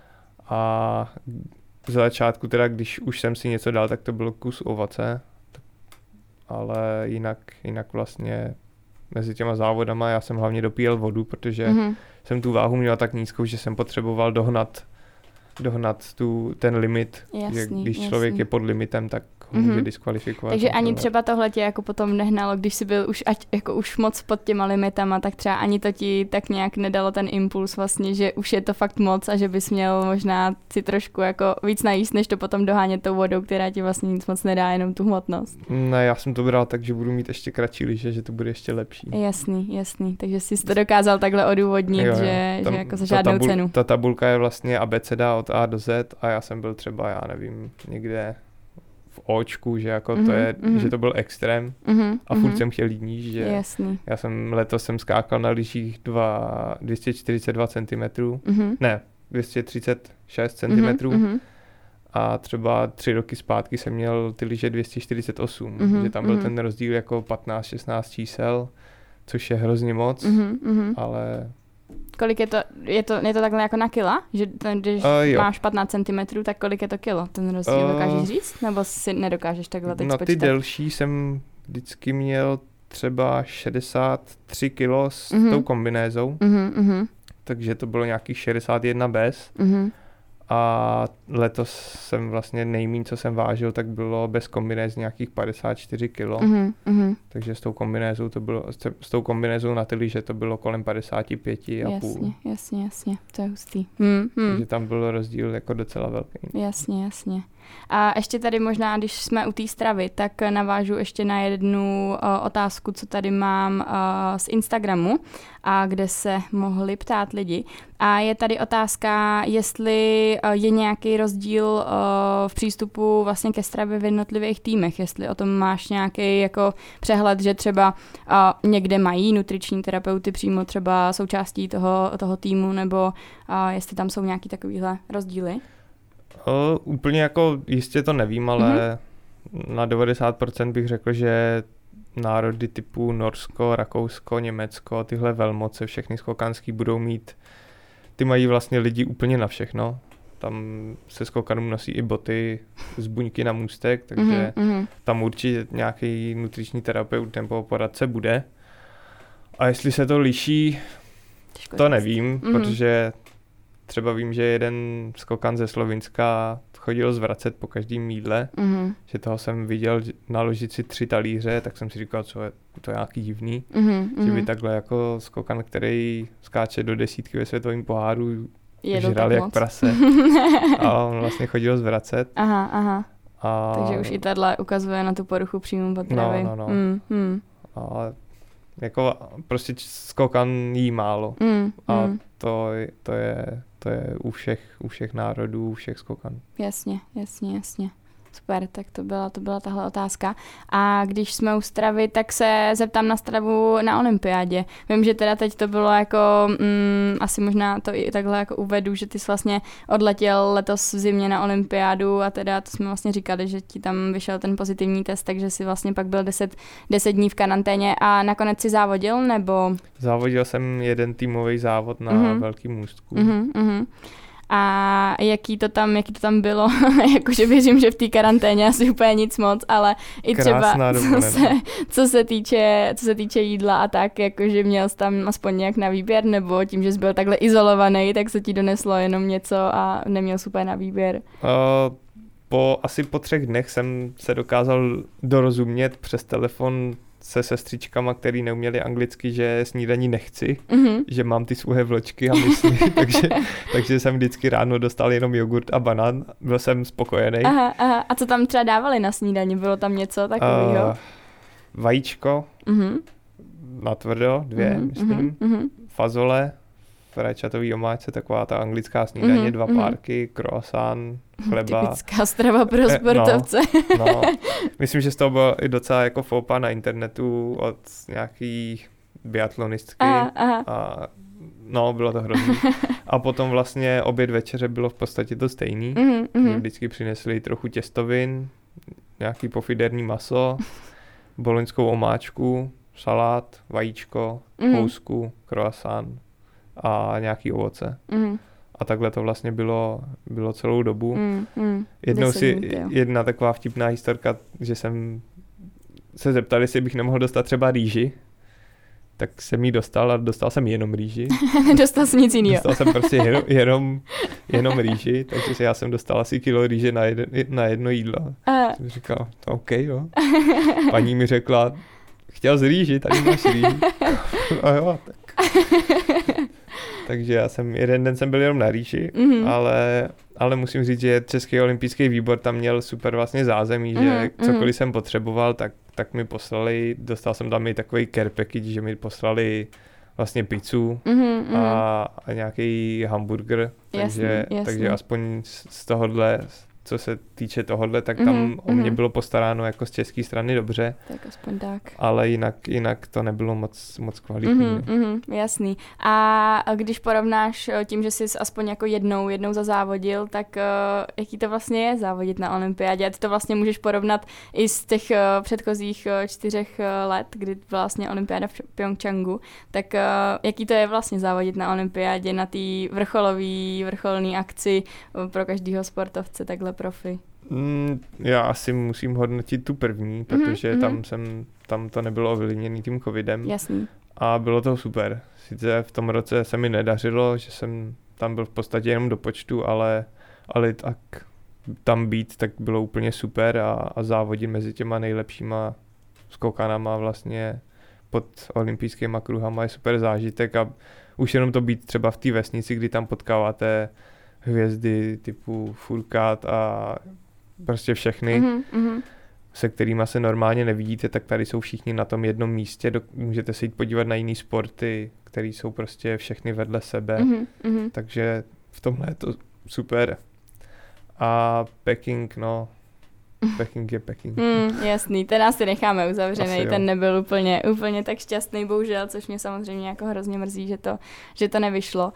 A z začátku teda, když už jsem si něco dal, tak to byl kus ovoce. Ale jinak, jinak vlastně mezi těma závodama já jsem hlavně dopíjel vodu, protože mm-hmm. jsem tu váhu měl tak nízkou, že jsem potřeboval dohnat, dohnat tu, ten limit. Jasný, že když jasný. člověk je pod limitem, tak ho může diskvalifikovat. Takže ani třeba tohle tě jako potom nehnalo, když jsi byl už, ať, jako už moc pod těma limitama, tak třeba ani to ti tak nějak nedalo ten impuls vlastně, že už je to fakt moc a že bys měl možná si trošku jako víc najíst, než to potom dohánět tou vodou, která ti vlastně nic moc nedá, jenom tu hmotnost. Ne, já jsem to bral tak, že budu mít ještě kratší lyže, že to bude ještě lepší. Jasný, jasný, takže jsi to dokázal takhle odůvodnit, jo, jo. Že, Tam, že jako za žádnou tabul, cenu. Ta tabulka je vlastně abeceda od A do Z a já jsem byl třeba, já nevím, někde v Očku, že jako mm-hmm, to je, mm-hmm. že to byl extrém mm-hmm, a furt mm-hmm. jsem chtěl jít níž, že jasný. Já jsem letos jsem skákal na lyžích dvě stě čtyřicet dva centimetrů, mm-hmm. ne, dvě stě třicet šest centimetrů mm-hmm. a třeba tři roky zpátky jsem měl ty lyže dvě stě čtyřicet osm, mm-hmm, že tam byl mm-hmm. ten rozdíl jako patnáct šestnáct čísel, což je hrozně moc, mm-hmm. ale... Kolik je to, je to, je to takhle jako na kila? Že ten, když uh, máš patnáct centimetrů, tak kolik je to kilo? Ten rozdíl uh, dokážeš říct? Nebo si nedokážeš takhle teď na spočítat? Na ty delší jsem vždycky měl třeba šedesát tři kilo s uh-huh. tou kombinézou, uh-huh, uh-huh. takže to bylo nějakých šedesát jedna bez. Uh-huh. A letos jsem vlastně nejmíň, co jsem vážil, tak bylo bez kombinéz nějakých padesát čtyři kilo. Uh-huh, uh-huh. Takže s tou kombinézou to bylo, s tou kombinézou na ty lyže to bylo kolem padesát pět a půl. Jasně, jasně, jasně, to je hustý. Hmm, hmm. Takže tam byl rozdíl jako docela velký. Jasně, jasně. A ještě tady možná, když jsme u té stravy, tak navážu ještě na jednu uh, otázku, co tady mám uh, z Instagramu a kde se mohli ptát lidi. A je tady otázka, jestli uh, je nějaký rozdíl uh, v přístupu vlastně ke stravě v jednotlivých týmech, jestli o tom máš nějaký jako přehled, že třeba uh, někde mají nutriční terapeuty přímo třeba součástí toho, toho týmu, nebo uh, jestli tam jsou nějaký takovýhle rozdíly? O, úplně jako jistě to nevím, ale, mm-hmm. na devadesát procent bych řekl, že národy typu Norsko, Rakousko, Německo, tyhle velmoce, všechny skokanský budou mít, ty mají vlastně lidi úplně na všechno. Tam se skokanům nosí i boty z buňky na můstek, takže mm-hmm. tam určitě nějaký nutriční terapeut nebo poradce bude. A jestli se to liší, Těžko to říct. nevím, mm-hmm. protože třeba vím, že jeden skokan ze Slovinska chodil zvracet po každém jídle, mm-hmm. že toho jsem viděl naložit si tři talíře, tak jsem si říkal, co je to je nějaký divný, mm-hmm. že by takhle jako skokan, který skáče do desítky ve světovém poháru, žral jak moc. prase a on vlastně chodil zvracet. Aha, aha. A... Takže už i tahle ukazuje na tu poruchu příjmu potravy. No, no, no. Mm, mm. A jako prostě skokan jí málo mm, a mm. To, to, je, to je u všech, u všech národů, u všech skokanů. Jasně, jasně, jasně. Super, tak to byla, to byla tahle otázka. A když jsme u stravy, tak se zeptám na stravu na olympiádě. Vím, že teda teď to bylo jako, mm, asi možná to i takhle jako uvedu, že ty jsi vlastně odletěl letos v zimě na olympiádu a teda to jsme vlastně říkali, že ti tam vyšel ten pozitivní test, takže si vlastně pak byl deset, deset dní v karanténě a nakonec si závodil, nebo? Závodil jsem jeden týmový závod na mm-hmm. Velkým Můstku. Mm-hmm, mm-hmm. A jaký to tam, jaký to tam bylo, jakože věřím, že v té karanténě asi úplně nic moc, ale i třeba co se, co se týče, co se týče jídla a tak, jakože měl jsi tam aspoň nějak na výběr, nebo tím, že jsi byl takhle izolovaný, tak se ti doneslo jenom něco a neměl jsi úplně na výběr? Uh, po, asi po třech dnech jsem se dokázal dorozumět přes telefon se sestřičkama, který neuměli anglicky, že snídaní nechci, mm-hmm. že mám ty svoje vločky a mysli, takže, takže jsem vždycky ráno dostal jenom jogurt a banán, byl jsem spokojený. Aha, aha. A co tam třeba dávali na snídani? Bylo tam něco takového? Uh, vajíčko, mm-hmm. natvrdo, dvě, mm-hmm. myslím, mm-hmm. fazole, v rajčatový omáčce, taková ta anglická snídaně, mm-hmm. dva párky, croissant, chleba. Typická strava pro sportovce. No, no. Myslím, že z toho bylo i docela jako foupa na internetu od nějakých biatlonistky. Aha, aha. A no, bylo to hrozný. A potom vlastně oběd večeře bylo v podstatě to stejný. Mm-hmm. Vždycky přinesli trochu těstovin, nějaký pofiderní maso, boloňskou omáčku, salát, vajíčko, mm-hmm. housku, croissant a nějaký ovoce. Mm. A takhle to vlastně bylo, bylo celou dobu. Mm, mm, Jednou si, mít, jedna taková vtipná historka, že jsem se zeptal, jestli bych nemohl dostat třeba rýži, tak jsem jí dostal a dostal jsem jenom rýži. Dostal jsem nic jiného. Dostal jsem prostě jenom, jenom, jenom rýži, takže já jsem dostal asi kilo rýže na, jeden, na jedno jídlo. A jsem říkal, OK, jo. Paní mi řekla, chtěl z rýži, tady máš rýži. A jo, tak. Takže já jsem, jeden den jsem byl jenom na rýži, mm-hmm. ale, ale musím říct, že Český olympijský výbor tam měl super vlastně zázemí, mm-hmm. že cokoliv jsem potřeboval, tak, tak mi poslali, dostal jsem tam i takový care package, že mi poslali vlastně pizzu mm-hmm. a, a nějaký hamburger, jasný, takže, jasný. takže aspoň z tohohle, co se týče tohohle, tak tam mm-hmm. o mě bylo postaráno jako z české strany dobře. Tak aspoň tak. Ale jinak, jinak to nebylo moc, moc kvalitní. Mm-hmm, mm-hmm, jasný. A když porovnáš tím, že jsi aspoň jako jednou, jednou zazávodil, tak uh, jaký to vlastně je závodit na olympiádě? A ty to vlastně můžeš porovnat i z těch uh, předchozích uh, čtyřech uh, let, kdy vlastně olympiáda v Pyeongchangu. Tak uh, jaký to je vlastně závodit na olympiádě, na té vrcholový, vrcholný akci uh, pro každého sportovce, takhle profi? Mm, já asi musím hodnotit tu první, protože mm-hmm. tam jsem, tam to nebylo ovlivněný tím covidem. Jasný. A bylo to super. Sice v tom roce se mi nedařilo, že jsem tam byl v podstatě jenom do počtu, ale, ale tak tam být, tak bylo úplně super a, a závodit mezi těma nejlepšíma skokanama vlastně pod olympijskýma kruhama je super zážitek a už jenom to být třeba v té vesnici, kdy tam potkáváte hvězdy typu Furkat a prostě všechny, mm-hmm. se kterými se normálně nevidíte, tak tady jsou všichni na tom jednom místě, do, můžete se jít podívat na jiný sporty, které jsou prostě všechny vedle sebe, mm-hmm. takže v tomhle je to super. A Peking, no, Peking je Peking. Mm, jasný, ten asi necháme uzavřený, ten nebyl úplně, úplně tak šťastný, bohužel, což mě samozřejmě jako hrozně mrzí, že to, že to nevyšlo.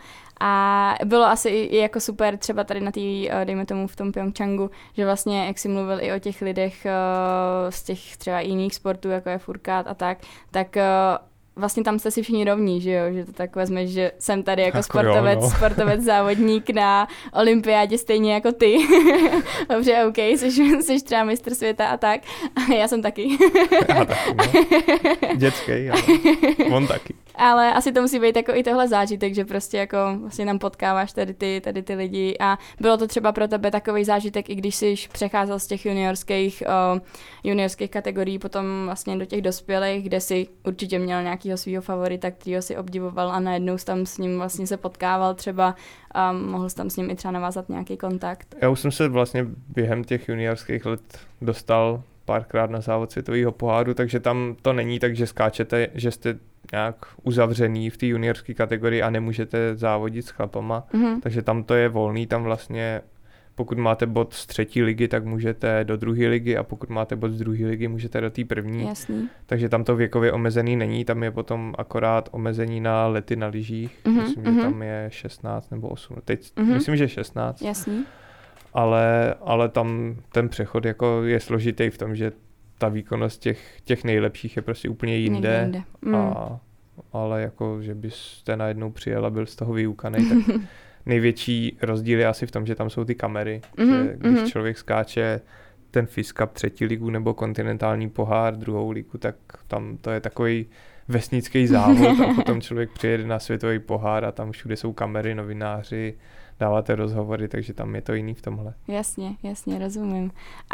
A bylo asi i jako super třeba tady na té, dejme tomu v tom Pyeongchangu, že vlastně, jak jsi mluvil i o těch lidech z těch třeba jiných sportů, jako je furkát a tak, tak vlastně tam jste si všichni rovní, že jo, že to tak vezmeš, že jsem tady jako, jako sportovec, jo, no. sportovec, závodník na olympiádě stejně jako ty. Dobře, OK, jsi, jsi třeba mistr světa a tak. A já jsem taky. Já taky, no. Dětský, ale on taky. Ale asi to musí být jako i tohle zážitek, že prostě jako vlastně tam potkáváš tady ty, tady ty lidi a bylo to třeba pro tebe takový zážitek, i když jsi přecházel z těch juniorských, uh, juniorských kategorií potom vlastně do těch dospělých, kde si určitě měl nějakýho svýho favorita, kterýho si obdivoval a najednou jsi tam s ním vlastně se potkával třeba a mohl jsi tam s ním i třeba navázat nějaký kontakt. Já už jsem se vlastně během těch juniorských let dostal párkrát na závod světového poháru, takže tam to není tak, že skáčete, že jste nějak uzavřený v té juniorské kategorii a nemůžete závodit s chlapama, mm-hmm. takže tam to je volný, tam vlastně pokud máte bod z třetí ligy, tak můžete do druhé ligy a pokud máte bod z druhé ligy, můžete do té první. Jasný. Takže tam to věkově omezený není, tam je potom akorát omezení na lety na lyžích, mm-hmm. myslím, mm-hmm. že tam je šestnáct nebo osm, teď mm-hmm. myslím, že šestnáct. Jasný. Ale, ale tam ten přechod jako je složitý v tom, že ta výkonnost těch, těch nejlepších je prostě úplně jinde. jinde. Mm. A, ale jako, že byste najednou přijel a byl z toho vyukanej, tak největší rozdíl je asi v tom, že tam jsou ty kamery. Mm-hmm. Že když mm-hmm. člověk skáče ten F I S Cup třetí ligu nebo kontinentální pohár druhou ligu, tak tam to je takový vesnický závod a potom člověk přijede na světový pohár a tam všude jsou kamery, novináři, dáváte rozhovory, takže tam je to jiný v tomhle. Jasně, jasně, rozumím.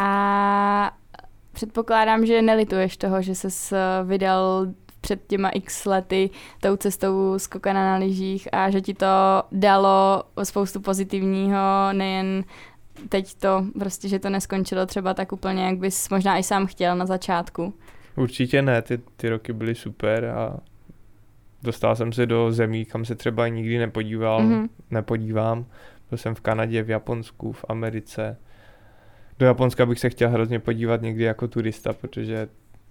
A předpokládám, že nelituješ toho, že ses vydal před těma x lety tou cestou skokana na lyžích a že ti to dalo spoustu pozitivního, nejen teď to prostě, že to neskončilo třeba tak úplně, jak bys možná i sám chtěl na začátku. Určitě ne, ty, ty roky byly super a dostal jsem se do zemí, kam se třeba nikdy nepodíval, mm-hmm. nepodívám. Byl jsem v Kanadě, v Japonsku, v Americe. Do Japonska bych se chtěl hrozně podívat někdy jako turista, protože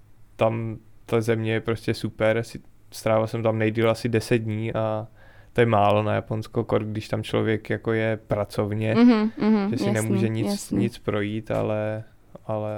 tam ta země je prostě super. Strávil jsem tam nejdýl asi deset dní a to je málo na Japonsko, když tam člověk jako je pracovně, mm-hmm, mm-hmm, že si jasný, nemůže nic, nic projít, ale, ale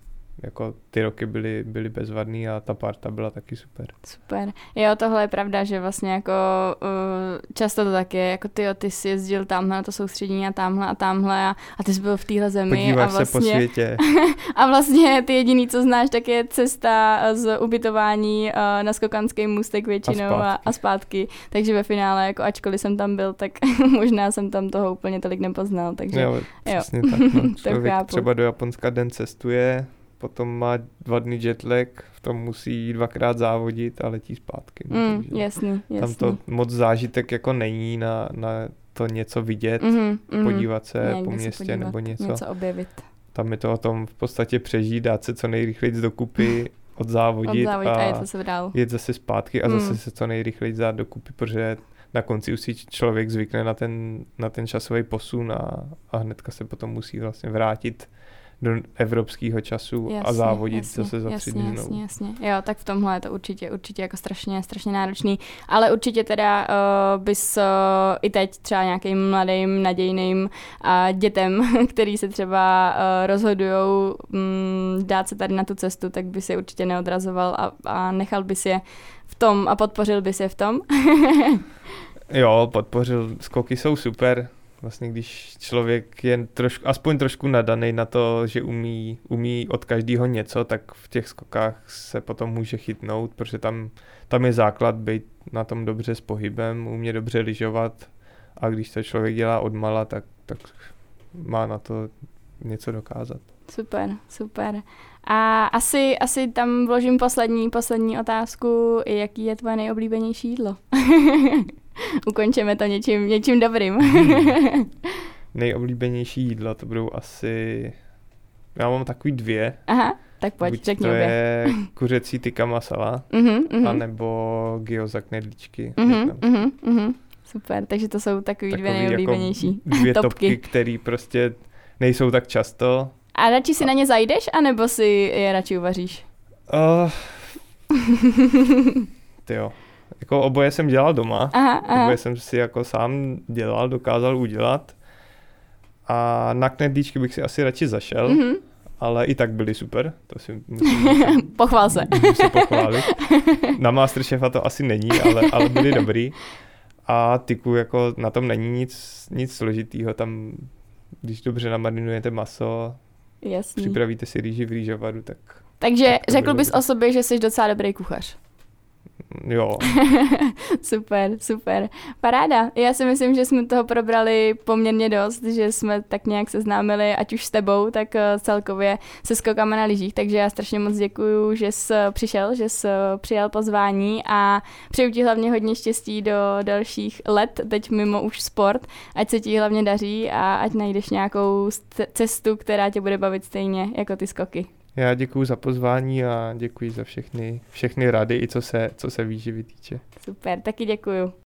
jako ty roky byly, byly bezvadný a ta parta byla taky super. Super. Jo, tohle je pravda, že vlastně jako uh, často to tak je, jako ty, ty jsi jezdil tamhle na to soustředění a tamhle a tamhle a, a ty jsi byl v téhle zemi. Podíváš a vlastně, se po světě. A vlastně ty jediný, co znáš, tak je cesta z ubytování uh, na skokanský můstek většinou a zpátky. A, a zpátky. Takže ve finále, jako ačkoliv jsem tam byl, tak možná jsem tam toho úplně tolik nepoznal. Takže, jo, přesně jo. Tak. No. Člověk chápu. Třeba do Japonska den cestuje, potom má dva dny jetlag, v tom musí dvakrát závodit a letí zpátky. No, mm, jasný, jasný. Tam to moc zážitek jako není na, na to něco vidět, mm, mm, podívat se někde po městě podívat, nebo něco. něco objevit. Tam je to o tom v podstatě přežít, dát se co nejrychleji dokupy, odzávodit, odzávodit a, a jet zase dál. jet zase zpátky a mm. zase se co nejrychleji dát dokupy, protože na konci už si člověk zvykne na ten, na ten časový posun a, a hnedka se potom musí vlastně vrátit do evropského času jasně, a závodit jasně, zase za tři jasně, dny znovu. Jasně, jasně. Jo, tak v tomhle je to určitě, určitě jako strašně, strašně náročný, ale určitě teda uh, bys uh, i teď třeba nějakým mladým, nadějným uh, dětem, který se třeba uh, rozhodujou um, dát se tady na tu cestu, tak by se určitě neodrazoval a, a nechal bys je v tom a podpořil bys je v tom. Jo, podpořil, skoky jsou super. Vlastně když člověk je trošku, aspoň trošku nadaný na to, že umí, umí od každého něco, tak v těch skokách se potom může chytnout, protože tam, tam je základ být na tom dobře s pohybem, umě dobře lyžovat a když to člověk dělá odmala, tak, tak má na to něco dokázat. Super, super. A asi, asi tam vložím poslední, poslední otázku. Jaký je tvoje nejoblíbenější jídlo? Ukončíme to něčím, něčím dobrým. hmm. Nejoblíbenější jídlo, to budou asi... Já mám takový dvě. Aha, tak pojď, Buď řekni to obě. je kuřecí tikka masala, uh-huh, uh-huh. anebo gyoza knedlíčky. Uh-huh, uh-huh, uh-huh. Super, takže to jsou takový, takový dvě nejoblíbenější jako dvě topky. topky, které prostě nejsou tak často. A radši si na ně zajdeš, anebo si je radši uvaříš? Uh, tyjo. Jako oboje jsem dělal doma, Aha, aha. oboje jsem si jako sám dělal, dokázal udělat. A na knedlíčky bych si asi radši zašel, mm-hmm. ale i tak byly super, to si musím, musím, Pochvál se. musím se pochválit. Na Masterchefa to asi není, ale, ale byly dobrý. A tyku jako na tom není nic, nic složitýho, tam když dobře namarinujete maso, Jasný. připravíte si rýži v rýžovaru, tak... Takže tak řekl bys dobrý. o sobě, že jsi docela dobrý kuchař. Jo. Super, super. Paráda. Já si myslím, že jsme toho probrali poměrně dost, že jsme tak nějak seznámili, ať už s tebou, tak celkově se skokama na lyžích. Takže já strašně moc děkuju, že jsi přišel, že jsi přijal pozvání a přeju ti hlavně hodně štěstí do dalších let, teď mimo už sport, ať se ti hlavně daří a ať najdeš nějakou cestu, která tě bude bavit stejně jako ty skoky. Já děkuji za pozvání a děkuji za všechny, všechny rady, i co se, co se výživy týče. Super, taky děkuju.